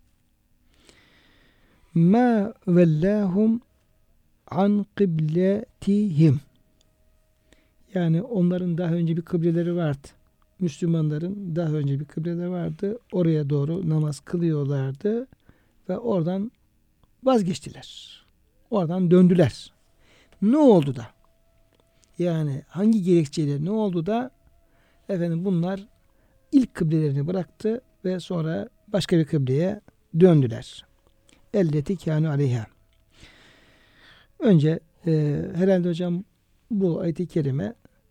Ma vellâhum an kıbletihim yani onların daha önce bir kıbleleri vardı. Müslümanların daha önce bir kıbleleri vardı. Oraya doğru namaz kılıyorlardı ve oradan vazgeçtiler. Oradan döndüler. Ne oldu da? Yani hangi gerekçeyle ne oldu da bunlar ilk kıblelerini bıraktı ve sonra başka bir kıbleye döndüler. Elleti kânu aleyha. Önce herhalde hocam bu ayet-i kerime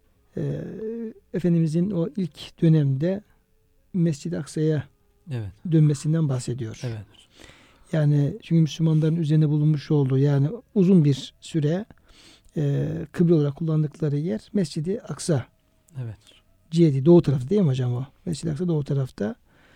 Efendimizin o ilk dönemde Mescid-i Aksa'ya dönmesinden bahsediyor. Evet. Yani çünkü Müslümanların üzerine bulunmuş olduğu yani uzun bir süre kıble olarak kullandıkları yer Mescid-i Aksa. Evet. Cihedi doğu tarafı değil mi hocam o? Mescid-i Aksa doğu tarafta.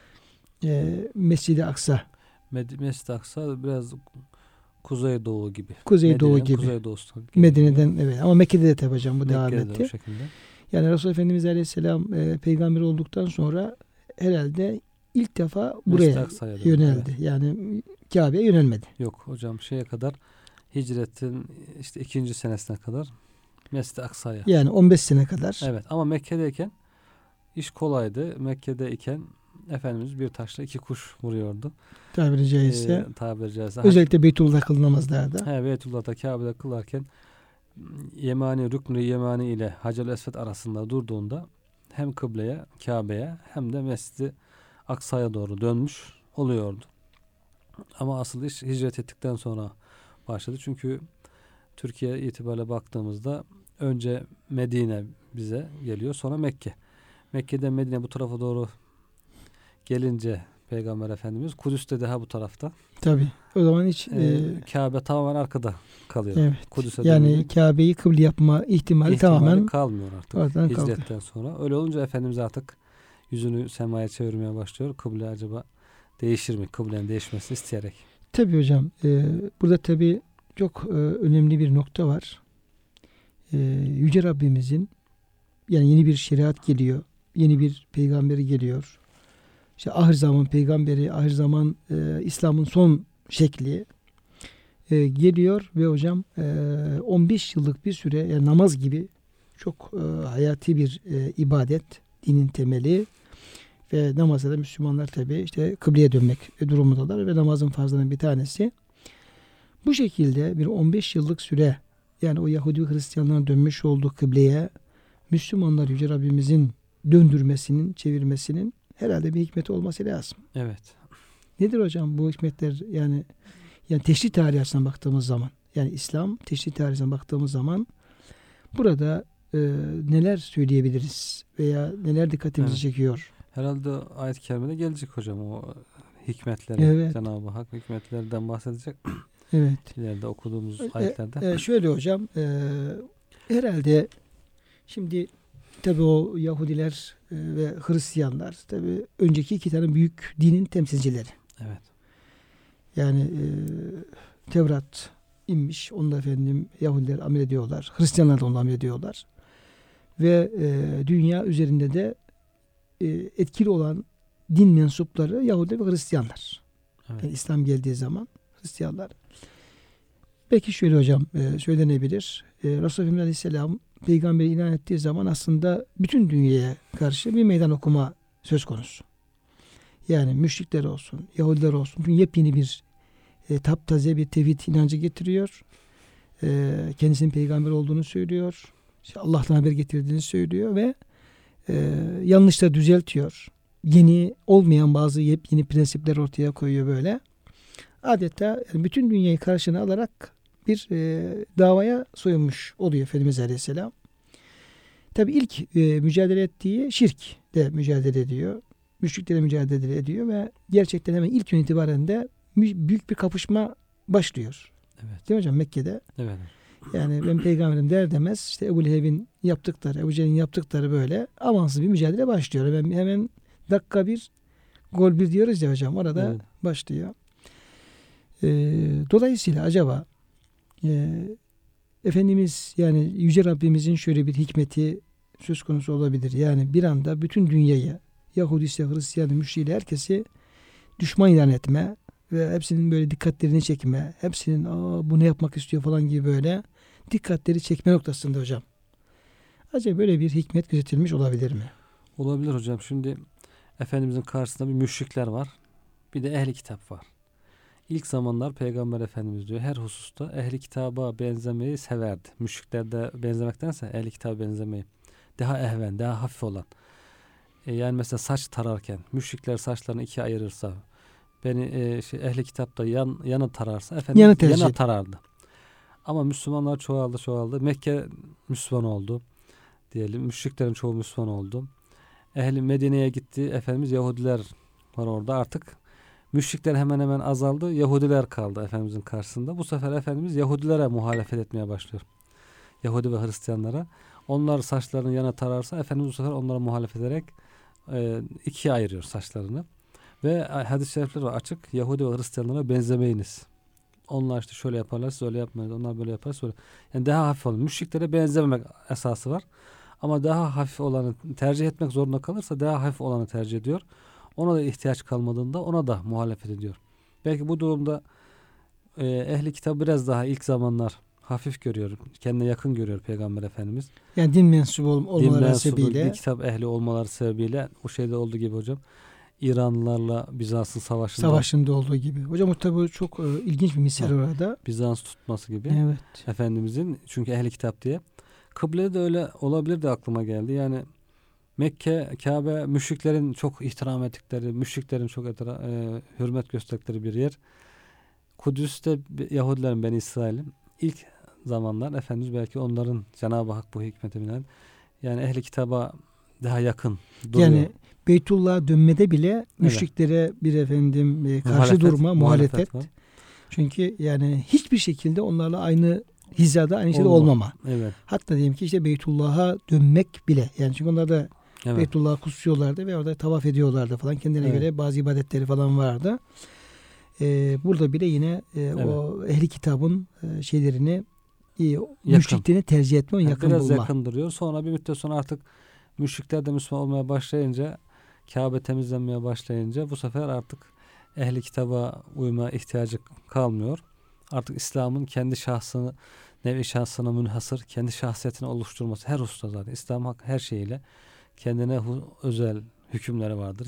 Mescid-i Aksa. Mescid-i Aksa biraz kuzeydoğu gibi. Kuzeydoğu gibi. Kuzeydoğusu gibi. Medine'den evet ama Mekke'de de tabi hocam bu devam etti. O şekilde. Yani Resulullah Efendimiz Aleyhisselam peygamber olduktan sonra herhalde ilk defa buraya yöneldi. Evet. Yani Kabe'ye yönelmedi. Yok hocam şeye kadar hicretin işte 2. senesine kadar Mescid-i Aksa'ya. Yani 15 sene kadar. Evet ama Mekke'deyken iş kolaydı. Mekke'deyken Efendimiz bir taşla 2 kuş vuruyordu. Tabiri caizse. Tabiri caizse. Özellikle Beytullah'da kılı namazlarda. Beytullah'da Kabe'de kılarken Rükn-i Yemani ile Hacer-ül Esved arasında durduğunda hem kıbleye, Kabe'ye hem de Mescid-i Aksa'ya doğru dönmüş oluyordu. Ama asıl iş hicret ettikten sonra başladı. Çünkü Türkiye itibariyle baktığımızda önce Medine bize geliyor, sonra Mekke. Mekke'den Medine bu tarafa doğru gelince Peygamber Efendimiz Kudüs'te daha bu tarafta. Tabii. O zaman hiç Kabe tamamen arkada kalıyor. Evet. Kudüs'e yani dönünce, Kabe'yi kıble yapma ihtimali tamamen kalmıyor artık. Hicretten sonra. Öyle olunca Efendimiz artık yüzünü semaya çevirmeye başlıyor. Kıble acaba değişir mi? Kıblenin değişmesini isteyerek. Tabii hocam. Burada tabii çok önemli bir nokta var. Yüce Rabbimizin yani yeni bir şeriat geliyor. Yeni bir peygamberi geliyor. İşte ahir zaman peygamberi, ahir zaman İslam'ın son şekli geliyor ve hocam 15 yıllık bir süre yani namaz gibi çok hayati bir ibadet, dinin temeli ve namazda da Müslümanlar tabi işte kıbleye dönmek durumundalar ve namazın farzlarının bir tanesi. Bu şekilde bir 15 yıllık süre yani o Yahudi ve Hristiyanların dönmüş olduğu kıbleye Müslümanlar Yüce Rabbimizin döndürmesinin, çevirmesinin herhalde bir hikmeti olması lazım. Evet. Nedir hocam bu hikmetler yani teşri tarihi açısından baktığımız zaman yani İslam teşri tarihine baktığımız zaman burada neler söyleyebiliriz veya neler dikkatimizi çekiyor? Herhalde ayet-i kerimede gelecek hocam o hikmetleri. Evet. Cenab-ı Hak hikmetlerden bahsedecek. Evet. İleride okuduğumuz ayetlerde. Şöyle hocam herhalde şimdi tabii o Yahudiler ve Hristiyanlar tabii önceki iki tane büyük dinin temsilcileri. Evet. Yani Tevrat inmiş. Onu da efendim Yahudiler amel ediyorlar. Hristiyanlar da onu amel ediyorlar. Ve dünya üzerinde de etkili olan din mensupları Yahudi ve Hristiyanlar. Evet. Yani İslam geldiği zaman Hristiyanlar. Belki şöyle hocam söylenebilir. Resulullah Efendimiz Aleyhisselam peygamberi ilan ettiği zaman aslında bütün dünyaya karşı bir meydan okuma söz konusu. Yani müşrikler olsun, Yahudiler olsun. Çünkü yepyeni bir taptaze bir tevhid inancı getiriyor. Kendisinin peygamber olduğunu söylüyor. İşte Allah'tan haber getirdiğini söylüyor ve yanlışları düzeltiyor. Yeni olmayan bazı yepyeni prensipler ortaya koyuyor böyle. Adeta bütün dünyayı karşına alarak bir davaya soyunmuş oluyor Efendimiz Aleyhisselam. Tabi ilk mücadele ettiği şirkle mücadele ediyor. Müşriklere mücadele ediyor ve gerçekten hemen ilk gün itibaren de büyük bir kapışma başlıyor. Evet. Değil mi hocam Mekke'de? Evet. Yani ben peygamberim der demez işte Ebu Leheb'in yaptıkları, Ebu Cehil'in yaptıkları böyle amansız bir mücadele başlıyor. Hemen dakika bir gol bir diyoruz ya hocam orada Evet. başlıyor. Dolayısıyla acaba Efendimiz yani Yüce Rabbimizin şöyle bir hikmeti söz konusu olabilir. Yani bir anda bütün dünyayı Yahudisi, Hristiyanı, müşriğiyle herkesi düşman ilan etme ve hepsinin böyle dikkatlerini çekme, hepsinin bu ne yapmak istiyor falan gibi böyle dikkatleri çekme noktasında hocam. Acaba böyle bir hikmet gözetilmiş olabilir mi? Olabilir hocam. Şimdi Efendimizin karşısında bir müşrikler var. Bir de ehli kitap var. İlk zamanlar Peygamber Efendimiz diyor her hususta ehli kitaba benzemeyi severdi. Müşriklerde benzemektense ehli kitaba benzemeyi. Daha ehven, daha hafif olan. Yani mesela saç tararken müşrikler saçlarını ikiye ayırırsa beni ehli kitapta yana tararsa Efendimiz yana tarardı. Ama Müslümanlar çoğaldı. Mekke Müslüman oldu diyelim. Müşriklerin çoğu Müslüman oldu. Ehli Medine'ye gitti. Efendimiz Yahudiler var orada artık. Müşrikler hemen hemen azaldı. Yahudiler kaldı Efendimizin karşısında. Bu sefer Efendimiz Yahudilere muhalefet etmeye başlıyor. Yahudi ve Hristiyanlara. Onlar saçlarını yana tararsa Efendimiz bu sefer onlara muhalefet ederek ikiye ayırıyor saçlarını. Ve hadis-i şerifler var açık. Yahudi ve Hristiyanlara benzemeyiniz. Onlar işte şöyle yaparlar, siz öyle yapmayın. Onlar böyle yapar, öyle. Yani daha hafif olun. Müşriklere benzememek esası var. Ama daha hafif olanı tercih etmek zorunda kalırsa daha hafif olanı tercih ediyor. Ona da ihtiyaç kalmadığında ona da muhalefet ediyor. Belki bu durumda ehli kitabı biraz daha ilk zamanlar hafif görüyor. Kendine yakın görüyor Peygamber Efendimiz. Yani din mensubu olmaları sebebiyle. Bir kitap ehli olmaları sebebiyle o şeyde olduğu gibi hocam. İranlılarla Bizans'ın savaşında olduğu gibi. Hocam tabi çok ilginç bir misal orada. Bizans tutması gibi. Evet. Efendimizin çünkü ehli kitap diye. Kıblede de öyle olabilir de aklıma geldi. Yani Mekke, Kabe müşriklerin çok ihtiram ettikleri, müşriklerin çok hürmet gösterdikleri bir yer. Kudüs'te Yahudilerin Beni İsrail'in ilk zamanlar Efendimiz belki onların Cenab-ı Hak bu hikmete binen yani ehli kitaba daha yakın duruyor. Yani Beytullah'a dönmede bile müşriklere bir karşı durma, muhalefet. Çünkü yani hiçbir şekilde onlarla aynı hizada, aynı şeyde olmama. Evet. Hatta diyelim ki işte Beytullah'a dönmek bile. Yani çünkü onlar da Beytullah'a kutsuyorlardı ve orada tavaf ediyorlardı falan. Kendilerine göre bazı ibadetleri falan vardı. Burada bile yine o ehli kitabın şeylerini müşriklerini tercih etme, yakın biraz bulma. Biraz yakın duruyor. Sonra bir müddet sonra artık müşrikler de Müslüman olmaya başlayınca, Kabe temizlenmeye başlayınca bu sefer artık ehli kitaba uyma ihtiyacı kalmıyor. Artık İslam'ın kendi şahsını, nevi şahsına münhasır, kendi şahsiyetini oluşturması her hususta zaten. İslam her şeyiyle kendine özel hükümleri vardır.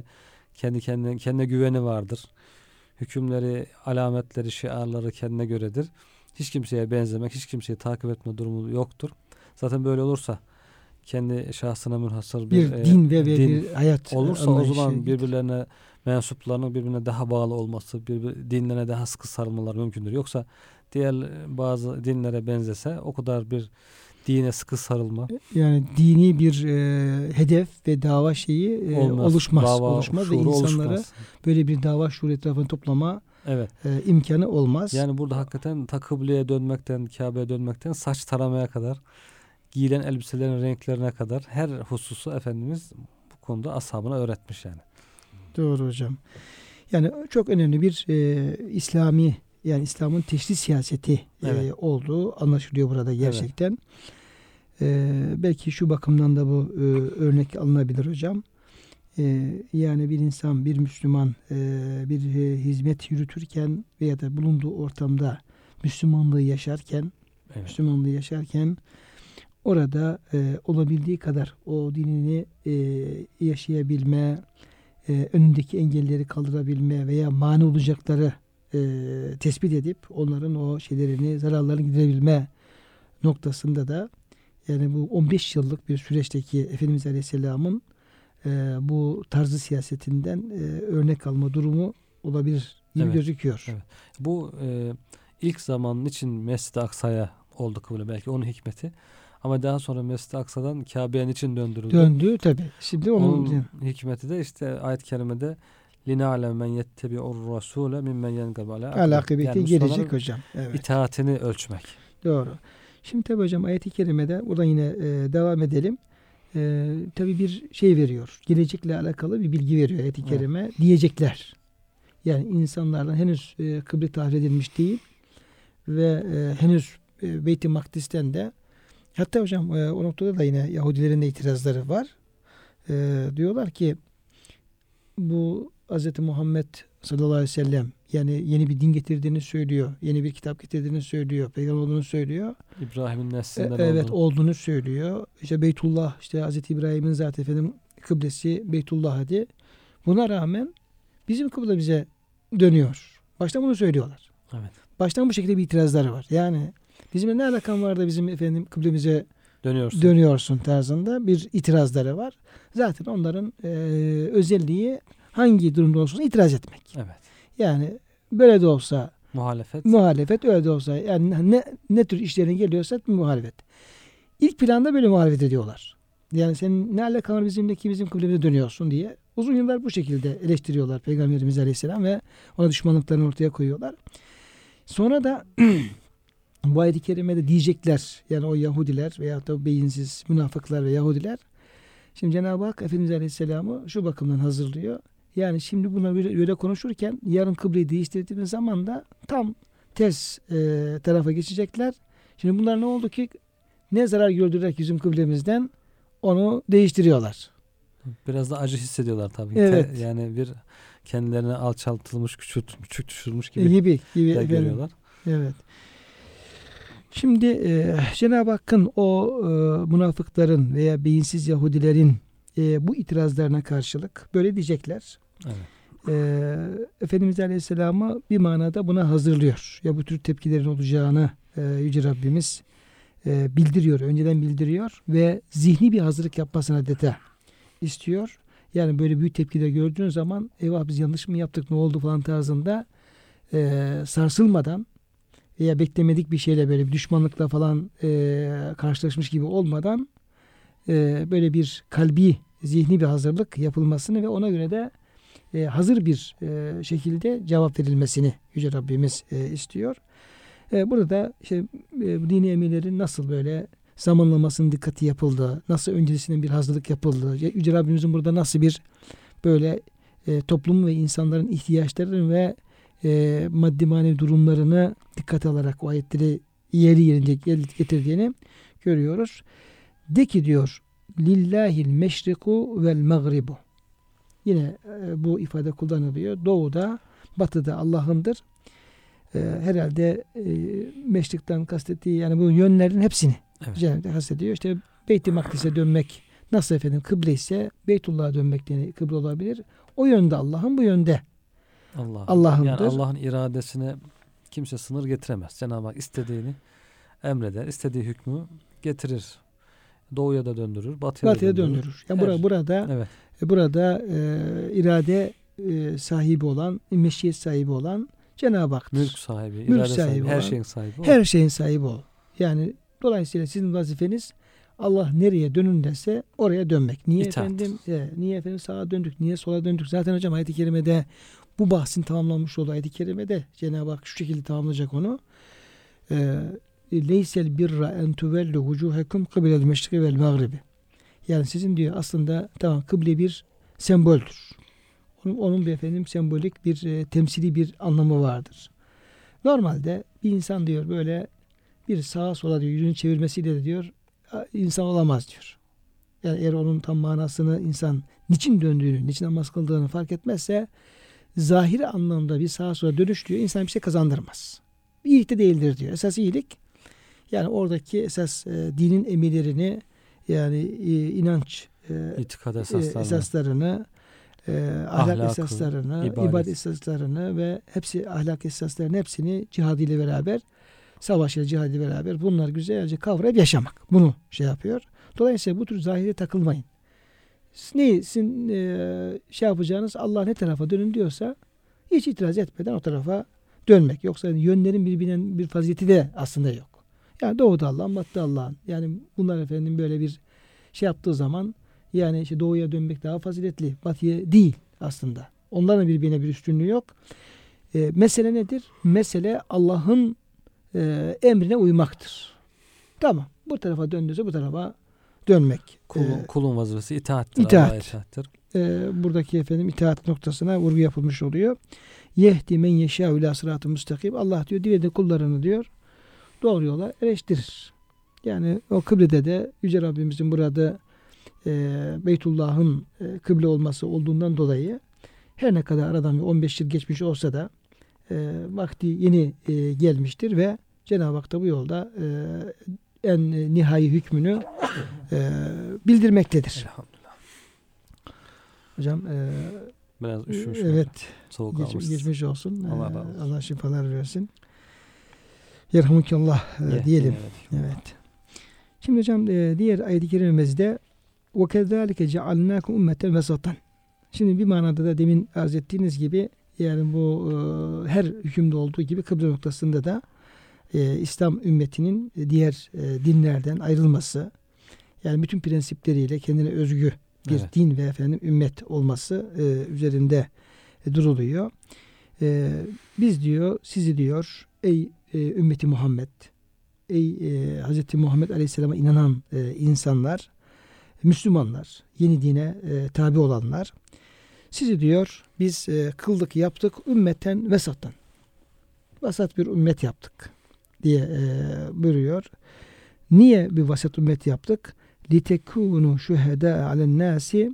Kendine güveni vardır. Hükümleri, alametleri, şiarları kendine göredir. Hiç kimseye benzemek, hiç kimseyi takip etme durumu yoktur. Zaten böyle olursa kendi şahsına münhasır bir din ve bir hayat olursa o zaman birbirlerine mensuplarının birbirine daha bağlı olması, dinlerine daha sıkı sarılmalar mümkündür. Yoksa diğer bazı dinlere benzese o kadar bir dine sıkı sarılma. Yani dini bir hedef ve dava şeyi oluşmaz ve insanlara böyle bir dava şuuru etrafında toplama imkanı olmaz. Yani burada hakikaten kıbleye dönmekten, Kabe'ye dönmekten saç taramaya kadar giyilen elbiselerin renklerine kadar her hususu Efendimiz bu konuda ashabına öğretmiş yani. Doğru hocam. Yani çok önemli bir İslami, yani İslam'ın teşri siyaseti Evet. olduğu anlaşılıyor burada gerçekten. Belki şu bakımdan da bu örnek alınabilir hocam. Yani bir insan, bir Müslüman bir hizmet yürütürken veya da bulunduğu ortamda Müslümanlığı yaşarken orada olabildiği kadar o dinini yaşayabilme, önündeki engelleri kaldırabilme veya mani olacakları tespit edip onların o şeylerini, zararlarını giderebilme noktasında da, yani bu 15 yıllık bir süreçteki Efendimiz Aleyhisselam'ın bu tarzı siyasetinden örnek alma durumu olabilir gibi gözüküyor. Evet. Bu ilk zamanın için Mescid-i Aksa'ya oldu kıble, belki onun hikmeti. Ama daha sonra Mescid-i Aksa'dan Kabe'nin için döndürüldü. Döndü tabi. Şimdi onun hikmeti de işte ayet-i kerimede لِنَعْلَمْ مَنْ يَتَّبِعُ الرَّسُولَ مِمَّنْ يَنْقَبَ عَلَى akıbeti gelecek hocam. Evet. İtaatini ölçmek. Doğru. Şimdi tabi hocam ayet-i kerimede buradan yine devam edelim. Tabi bir şey veriyor. Gelecekle alakalı bir bilgi veriyor ayet-i kerime. Evet. Diyecekler. Yani insanlardan henüz kıble tahrir edilmiş değil ve henüz Beyt-i Makdis'ten de, hatta hocam o noktada da yine Yahudilerin de itirazları var. Diyorlar ki bu Hz. Muhammed sallallahu aleyhi ve sellem yani yeni bir din getirdiğini söylüyor. Yeni bir kitap getirdiğini söylüyor. Peygamber olduğunu söylüyor. İbrahim'in neslinden evet, olduğunu söylüyor. İşte Beytullah, işte Hz. İbrahim'in zaten efendim kıblesi Beytullah hadi. Buna rağmen bizim kıble bize dönüyor. Baştan bunu söylüyorlar. Evet. Baştan bu şekilde bir itirazları var. Yani bizimle ne alakan var da bizim efendim kıblemize dönüyorsun tarzında bir itirazları var. Zaten onların özelliği hangi durumda olsun itiraz etmek. Evet. Yani böyle de olsa muhalefet, öyle de olsa yani ne tür işlerine geliyorsa muhalefet. İlk planda böyle muhalefet ediyorlar. Yani senin ne alakan var bizimle ki bizim kıblemize dönüyorsun diye uzun yıllar bu şekilde eleştiriyorlar Peygamberimiz Aleyhisselam ve ona düşmanlıklarını ortaya koyuyorlar. Sonra da bu ayet-i kerimede diyecekler, yani o Yahudiler veya da beyinsiz münafıklar ve Yahudiler. Şimdi Cenab-ı Hak Efendimiz Aleyhisselam'ı şu bakımdan hazırlıyor. Yani şimdi bunlar böyle konuşurken yarın kıbleyi değiştirdiğimiz zaman da tam ters tarafa geçecekler. Şimdi bunlar ne oldu ki? Ne zarar gördüler bizim kıblemizden? Onu değiştiriyorlar. Biraz da acı hissediyorlar tabii. Evet. Yani bir kendilerine alçaltılmış, küçük düşürmüş gibi görüyorlar. Evet. Şimdi Cenab-ı Hakk'ın o münafıkların veya beyinsiz Yahudilerin bu itirazlarına karşılık böyle diyecekler. Evet. Efendimiz Aleyhisselam'ı bir manada buna hazırlıyor. Ya bu tür tepkilerin olacağını Yüce Rabbimiz bildiriyor. Önceden bildiriyor ve zihni bir hazırlık yapmasını adeta istiyor. Yani böyle büyük tepkiler gördüğünüz zaman eyvah biz yanlış mı yaptık, ne oldu falan tarzında sarsılmadan veya beklemedik bir şeyle, böyle bir düşmanlıkla falan karşılaşmış gibi olmadan böyle bir kalbi, zihni bir hazırlık yapılmasını ve ona göre de hazır bir şekilde cevap verilmesini Yüce Rabbimiz istiyor. Burada işte dini emirlerin nasıl böyle zamanlamasının dikkati yapıldı, nasıl öncesinden bir hazırlık yapıldı, Yüce Rabbimizin burada nasıl bir böyle toplumun ve insanların ihtiyaçlarını ve maddi manevi durumlarını dikkate alarak o ayetleri yeri yerinde getirdiğini görüyoruz. De ki diyor lillahil meşriku vel mağribu. Yine bu ifade kullanılıyor. Doğuda, batıda Allah'ındır. Herhalde meşrikten kastettiği yani bu yönlerin hepsini Cenab-ı Hak kastediyor. İşte Beyt-i Makdis'e dönmek nasıl efendim kıble ise Beytullah'a dönmek diye kıble olabilir. O yönde Allah'ın, bu yönde Allah'ındır. Yani Allah'ın iradesine kimse sınır getiremez. Cenab-ı Hak istediğini emreder, istediği hükmü getirir. Doğuya da döndürür, batıya da döndürür. Yani burada irade sahibi olan, meşiyet sahibi olan Cenab-ı Hak'tır. Mülk sahibi, irade sahibi, her şeyin sahibi o. Her şeyin sahibi o. Yani dolayısıyla sizin vazifeniz Allah nereye dönün derse oraya dönmek. Niye efendim sağa döndük, niye sola döndük? Zaten hocam ayet-i kerimede bu bahsin tamamlanmış olduğu ayet-i kerimede Cenab-ı Hak şu şekilde tamamlayacak onu. leysel birra en tuvellu vucuhekum kıblel meşriki vel mağribi. Yani sizin diyor aslında tamam kıble bir semboldür. Onun bir efendim sembolik bir temsili bir anlamı vardır. Normalde bir insan diyor böyle bir sağa sola diyor yüzünü çevirmesiyle de diyor insan olamaz diyor. Yani eğer onun tam manasını insan niçin döndüğünü, niçin namaz kıldığını fark etmezse zahiri anlamda bir sağa sola dönüş diyor insana bir şey kazandırmaz. İyilik de değildir diyor. Esas iyilik yani oradaki esas dinin emirlerini yani inanç İtikad esaslarını ahlak ahlakı, esaslarını, ibadet. ibadet esaslarını ve hepsi ahlak esaslarının hepsini cihad ile beraber savaş ile cihad ile beraber bunlar güzelce kavrayıp yaşamak. Bunu şey yapıyor. Dolayısıyla bu tür zahire takılmayın. Sizin şey yapacağınız Allah ne tarafa dönün diyorsa hiç itiraz etmeden o tarafa dönmek. Yoksa yönlerin birbirinden bir fazileti de aslında yok. Yani doğuda Allah'ın, batıda Allah'ın. Yani bunlar efendim böyle bir şey yaptığı zaman yani işte doğuya dönmek daha faziletli. Batıya değil aslında. Onların birbirine bir üstünlüğü yok. Mesele nedir? Mesele Allah'ın emrine uymaktır. Tamam. Bu tarafa döndüyse bu tarafa dönmek. Kulun vazifesi itaattir. İtaat. Allah'a itaattir. Buradaki efendim itaat noktasına vurgu yapılmış oluyor. Yehdi men yeşâ ilâ sıratı müstakim. Allah diyor dilediği kullarını diyor doğru yola eriştirir. Yani o kıblede de Yüce Rabbimizin burada Beytullah'ın kıble olması olduğundan dolayı her ne kadar aradan 15 yıl geçmiş olsa da vakti yeni gelmiştir ve Cenab-ı Hak da bu yolda en nihai hükmünü bildirmektedir. Elhamdülillah. Hocam Biraz üşümüş. evet Soğuk almışsınız. geçmiş olsun. Allah razı olsun. Allah şifalar versin. Yerhamukallah diyelim. Evet. Şimdi hocam diğer ayet-i kerimemizde وَكَذَٰلِكَ جَعَلْنَاكُمْ اُمَّةً وَسَطًا. Şimdi bir manada da demin arz ettiğiniz gibi yani bu her hükümde olduğu gibi kıble noktasında da İslam ümmetinin diğer dinlerden ayrılması yani bütün prensipleriyle kendine özgü bir din ve efendim ümmet olması üzerinde duruluyor. Biz diyor sizi diyor ey ümmeti Muhammed ey Hz. Muhammed Aleyhisselam'a inanan insanlar Müslümanlar, yeni dine tabi olanlar sizi diyor biz kıldık yaptık ümmeten vesattan. Vasat bir ümmet yaptık diye buyuruyor. Niye bir vasat ümmet yaptık? Litekunu şuheda alen nasi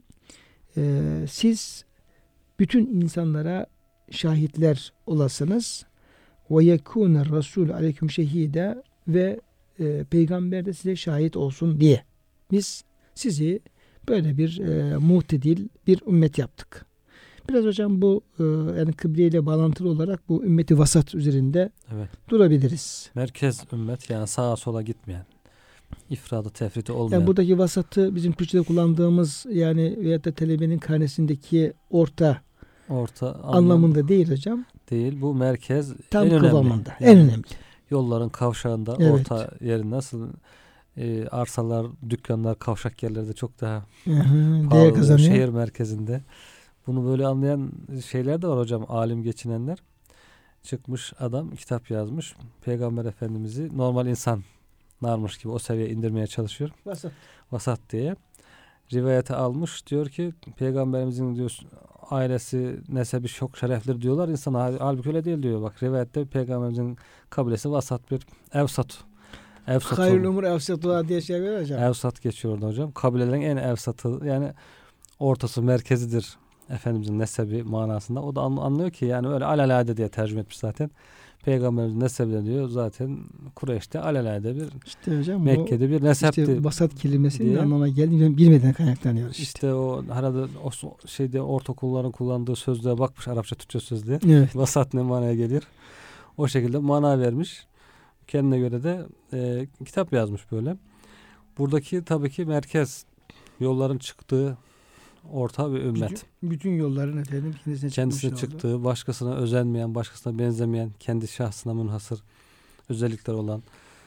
siz bütün insanlara şahitler olasınız. Ve yekûne rasul aleyküm şehide ve peygamber de size şahit olsun diye. Biz sizi böyle bir muhtedil bir ümmet yaptık. Biraz hocam bu yani kıbleyle bağlantılı olarak bu ümmeti vasat üzerinde durabiliriz. Merkez ümmet yani sağa sola gitmeyen, ifradı tefriti olmayan. Yani buradaki vasatı bizim Türkçe'de kullandığımız yani veyahut da talebenin karnesindeki orta anlamında değil hocam. Değil. Bu merkez tam en kıvamında. Yani en önemli. Yolların kavşağında orta yeri nasıl arsalar, dükkanlar, kavşak yerlerde çok daha değer kazanıyor. Şehir merkezinde. Bunu böyle anlayan şeyler de var hocam. Alim geçinenler. Çıkmış adam kitap yazmış. Peygamber Efendimiz'i normal insanlarmış gibi o seviyeye indirmeye çalışıyor. Vasat diye. Rivayete almış. Diyor ki Peygamberimizin diyor ailesi, nesebi çok şereflidir diyorlar. İnsan halbuki öyle değil diyor. Bak rivayette Peygamberimizin kabilesi vasat bir evsat. Hayırlı umur evsatuha diye şey veriyor hocam. Evsat geçiyor orada hocam. Kabilelerin en evsatı yani ortası merkezidir Efendimizin nesebi manasında. O da anlıyor ki yani öyle alelade diye tercüme etmiş zaten. Peygamberimizin nesebi diyor zaten Kureyş'te alelade bir işte hocam, Mekke'de bir nesepti. İşte vasat kelimesinin anlamına geldiğini bilmeden kaynaklanıyoruz. İşte o herhalde o şeyde ortaokulların kullandığı sözlüğe bakmış Arapça Türkçe sözlüğe. Evet. Vasat ne manaya gelir? O şekilde mana vermiş. Kendine göre de kitap yazmış böyle. Buradaki tabii ki merkez yolların çıktığı orta bir ümmet. Bütün yolların efendim kendisine çıktığı, başkasına özenmeyen, başkasına benzemeyen, kendi şahsına münhasır özellikler olan,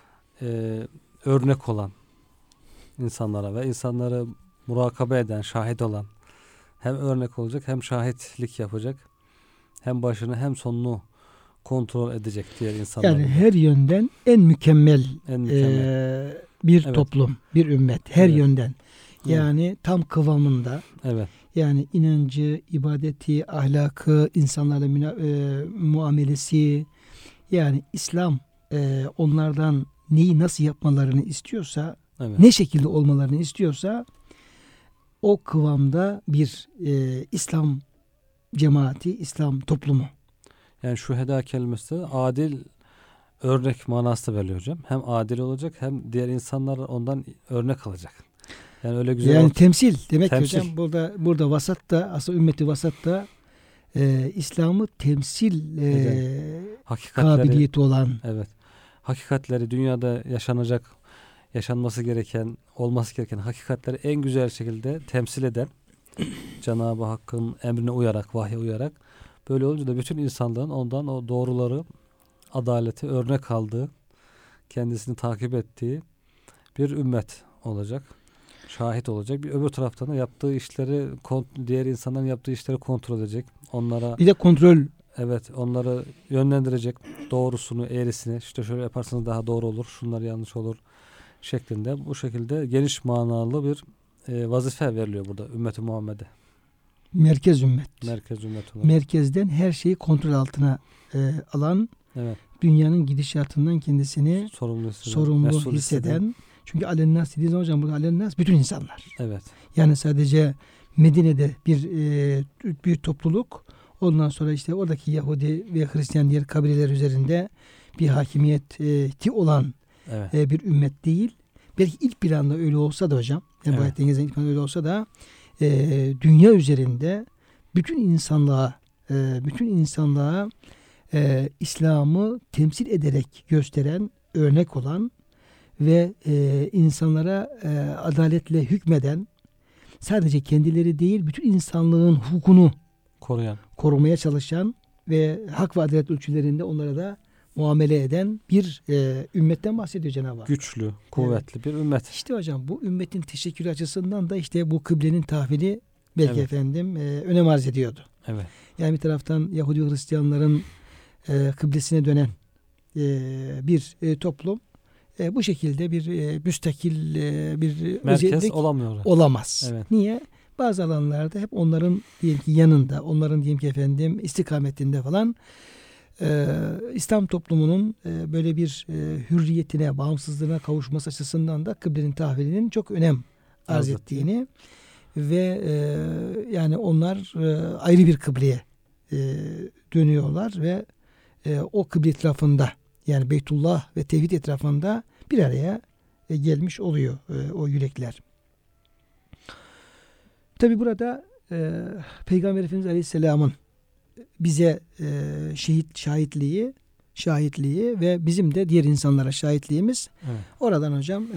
örnek olan insanlara ve insanları murakabe eden, şahit olan, hem örnek olacak hem şahitlik yapacak, hem başını hem sonunu kontrol edecek diğer insanları. Yani her yönden en mükemmel, En mükemmel. Bir Evet. toplum, bir ümmet. Her Evet. yönden. Yani tam kıvamında. Evet. Yani inancı, ibadeti, ahlakı, insanlarla muamelesi, yani İslam onlardan neyi nasıl yapmalarını istiyorsa, Evet. ne şekilde olmalarını istiyorsa o kıvamda bir İslam cemaati, İslam toplumu. Yani şüheda kelimesi de adil örnek manası da veriliyor hocam. Hem adil olacak hem diğer insanlar ondan örnek alacak. Yani öyle güzel Yani temsil demek ki Temsil. hocam burada vasat da, aslında ümmeti vasat da İslam'ı temsil hakikatleri, kabiliyeti olan. evet. Hakikatleri dünyada yaşanması gereken, olması gereken hakikatleri en güzel şekilde temsil eden, Cenab-ı Hakk'ın emrine uyarak, vahye uyarak, böyle olunca da bütün insanlığın ondan o doğruları, adaleti örnek aldığı, kendisini takip ettiği bir ümmet olacak. Şahit olacak. Bir öbür taraftan da yaptığı işleri, diğer insanların yaptığı işleri kontrol edecek. Onlara, Bir de kontrol. evet, onları yönlendirecek. Doğrusunu, eğrisini, işte şöyle yaparsanız daha doğru olur, şunlar yanlış olur şeklinde, bu şekilde geniş manalı bir vazife veriliyor burada ümmeti Muhammed'e. Merkez ümmet. Merkez ümmet olarak. Merkezden her şeyi kontrol altına alan, Evet. dünyanın gidişatından kendisini sorumlu mesul hisseden. Çünkü alennas dediğiniz zaman hocam, burada alennas bütün insanlar. Evet. Yani sadece Medine'de bir topluluk, ondan sonra işte oradaki Yahudi ve Hristiyan diğer kabileler üzerinde bir hakimiyeti olan Evet. bir ümmet değil. Belki ilk planda öyle olsa da hocam, yani bu Evet. ayetten gezen ilk planda öyle olsa da dünya üzerinde bütün insanlığa İslam'ı temsil ederek gösteren, örnek olan ve insanlara adaletle hükmeden, sadece kendileri değil bütün insanlığın hukukunu korumaya çalışan ve hak ve adalet ölçülerinde onlara da muamele eden bir ümmetten bahsediyor Cenab-ı Hak. Güçlü, kuvvetli bir ümmet. İşte hocam bu ümmetin teşekkür açısından da işte bu kıblenin tahvili belki efendim önem arz ediyordu. Evet. Yani bir taraftan Yahudi ve Hristiyanların kıblesine dönen bir toplum bu şekilde bir müstakil bir merkez özellik olamaz. Evet. Niye? Bazı alanlarda hep onların diyelim ki yanında, onların diyelim ki efendim istikametinde falan İslam toplumunun böyle bir hürriyetine, bağımsızlığına kavuşması açısından da kıblenin tahvilinin çok önem arz ettiğini ve yani onlar ayrı bir kıbleye dönüyorlar ve o kıble etrafında, yani Beytullah ve tevhid etrafında bir araya gelmiş oluyor o yürekler. Tabi burada Peygamber Efendimiz Aleyhisselam'ın bize şahitliği ve bizim de diğer insanlara şahitliğimiz. Evet. Oradan hocam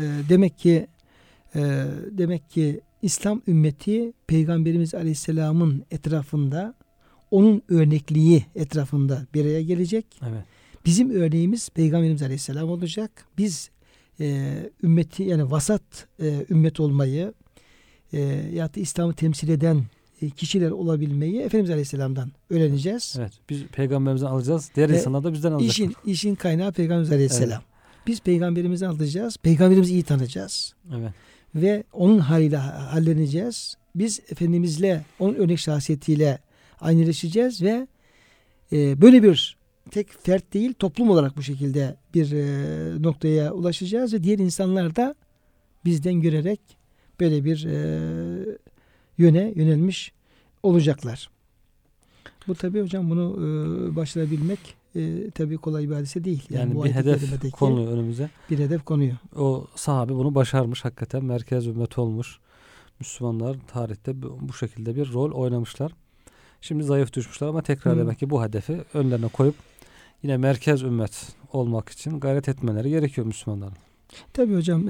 demek ki İslam ümmeti Peygamberimiz Aleyhisselam'ın etrafında, onun örnekliği etrafında bir araya gelecek. Evet. Bizim örneğimiz Peygamberimiz Aleyhisselam olacak. Biz ümmeti, yani vasat ümmet olmayı ya da İslam'ı temsil eden kişiler olabilmeyi Efendimiz Aleyhisselam'dan öğreneceğiz. Evet. Biz peygamberimizden alacağız. Diğer insanlar da bizden alacak. İşin kaynağı Peygamberimiz Aleyhisselam. Evet. Biz peygamberimizden alacağız. Peygamberimizi iyi tanıyacağız. Evet. Ve onun haliyle halleneceğiz. Biz Efendimizle, onun örnek şahsiyetiyle aynıleşeceğiz ve böyle bir tek fert değil, toplum olarak bu şekilde bir noktaya ulaşacağız ve diğer insanlar da bizden görerek böyle bir yöne yönelmiş olacaklar. Bu tabii hocam, bunu başarabilmek tabii kolay bir hadise değil. Yani bu bir hedef konuyor önümüze. Bir hedef konuyor. O sahabe bunu başarmış hakikaten. Merkez ümmet olmuş. Müslümanlar tarihte bu şekilde bir rol oynamışlar. Şimdi zayıf düşmüşler ama tekrar demek ki bu hedefi önlerine koyup yine merkez ümmet olmak için gayret etmeleri gerekiyor Müslümanların. Tabii hocam.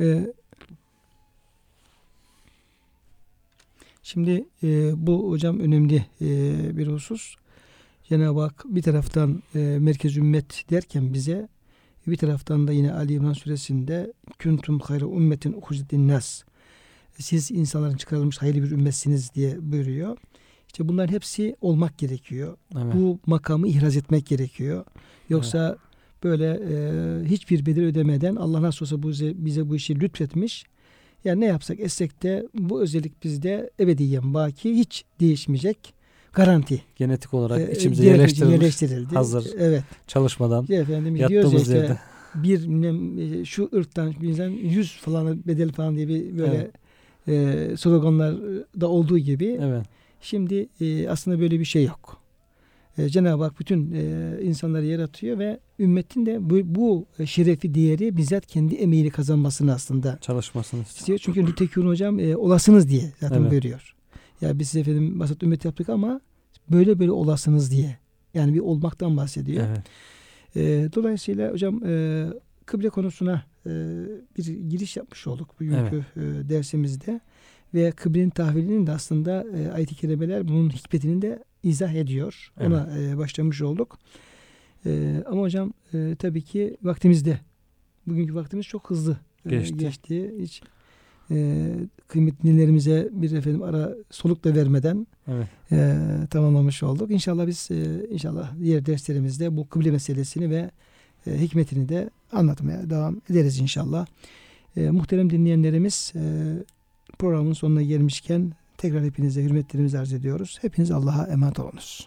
Şimdi bu hocam önemli bir husus. Cenab-ı Hak bir taraftan merkez ümmet derken bize, bir taraftan da yine Ali İmran suresinde kuntum hayra ummetin ukhrijat linnas, siz insanların çıkarılmış hayırlı bir ümmetsiniz diye buyuruyor. İşte bunların hepsi olmak gerekiyor. Evet. Bu makamı ihraz etmek gerekiyor. Yoksa böyle hiçbir bedel ödemeden Allah nasıl olsa bize bu işi lütfetmiş. Yani ne yapsak etsek de bu özellik bizde ebediyen baki, hiç değişmeyecek. Garanti. Genetik olarak içimize yerleştirildi. Hazır. Evet. Çalışmadan. Efendim yattığımız yerde. Şu ırktan bir insan 100 falan bedel falan diye bir böyle sloganlar da olduğu gibi. Evet. Şimdi aslında böyle bir şey yok. Cenab-ı Hak bütün insanları yaratıyor ve ümmetin de bu şerefi, değeri bizzat kendi emeğiyle kazanmasını aslında çalışmasını istiyor. Çünkü nitekim hocam olasınız diye zaten evet. görüyor. Ya biz size efendim basit ümmet yaptık ama böyle olasınız diye. Yani bir olmaktan bahsediyor. Evet. Dolayısıyla hocam kıble konusuna bir giriş yapmış olduk bugünkü dersimizde. Ve kıblenin tahvilinin de aslında ayet-i kerimeler bunun hikmetini de izah ediyor. Evet. Ona başlamış olduk. Ama hocam tabii ki vaktimizde, bugünkü vaktimiz çok hızlı geçti. Hiç kıymetli dinlerimize bir ara soluk da vermeden tamamlamış olduk. İnşallah biz diğer derslerimizde bu kıble meselesini ve hikmetini de anlatmaya devam ederiz inşallah. Muhterem dinleyenlerimiz, programın sonuna gelmişken tekrar hepinize hürmetlerimizi arz ediyoruz. Hepiniz Allah'a emanet olunuz.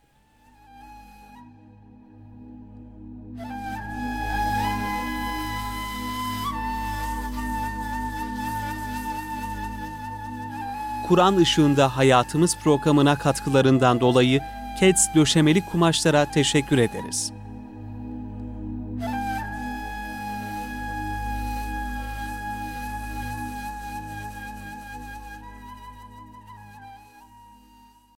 Kur'an Işığında Hayatımız programına katkılarından dolayı Keds Döşemeli Kumaşlara teşekkür ederiz.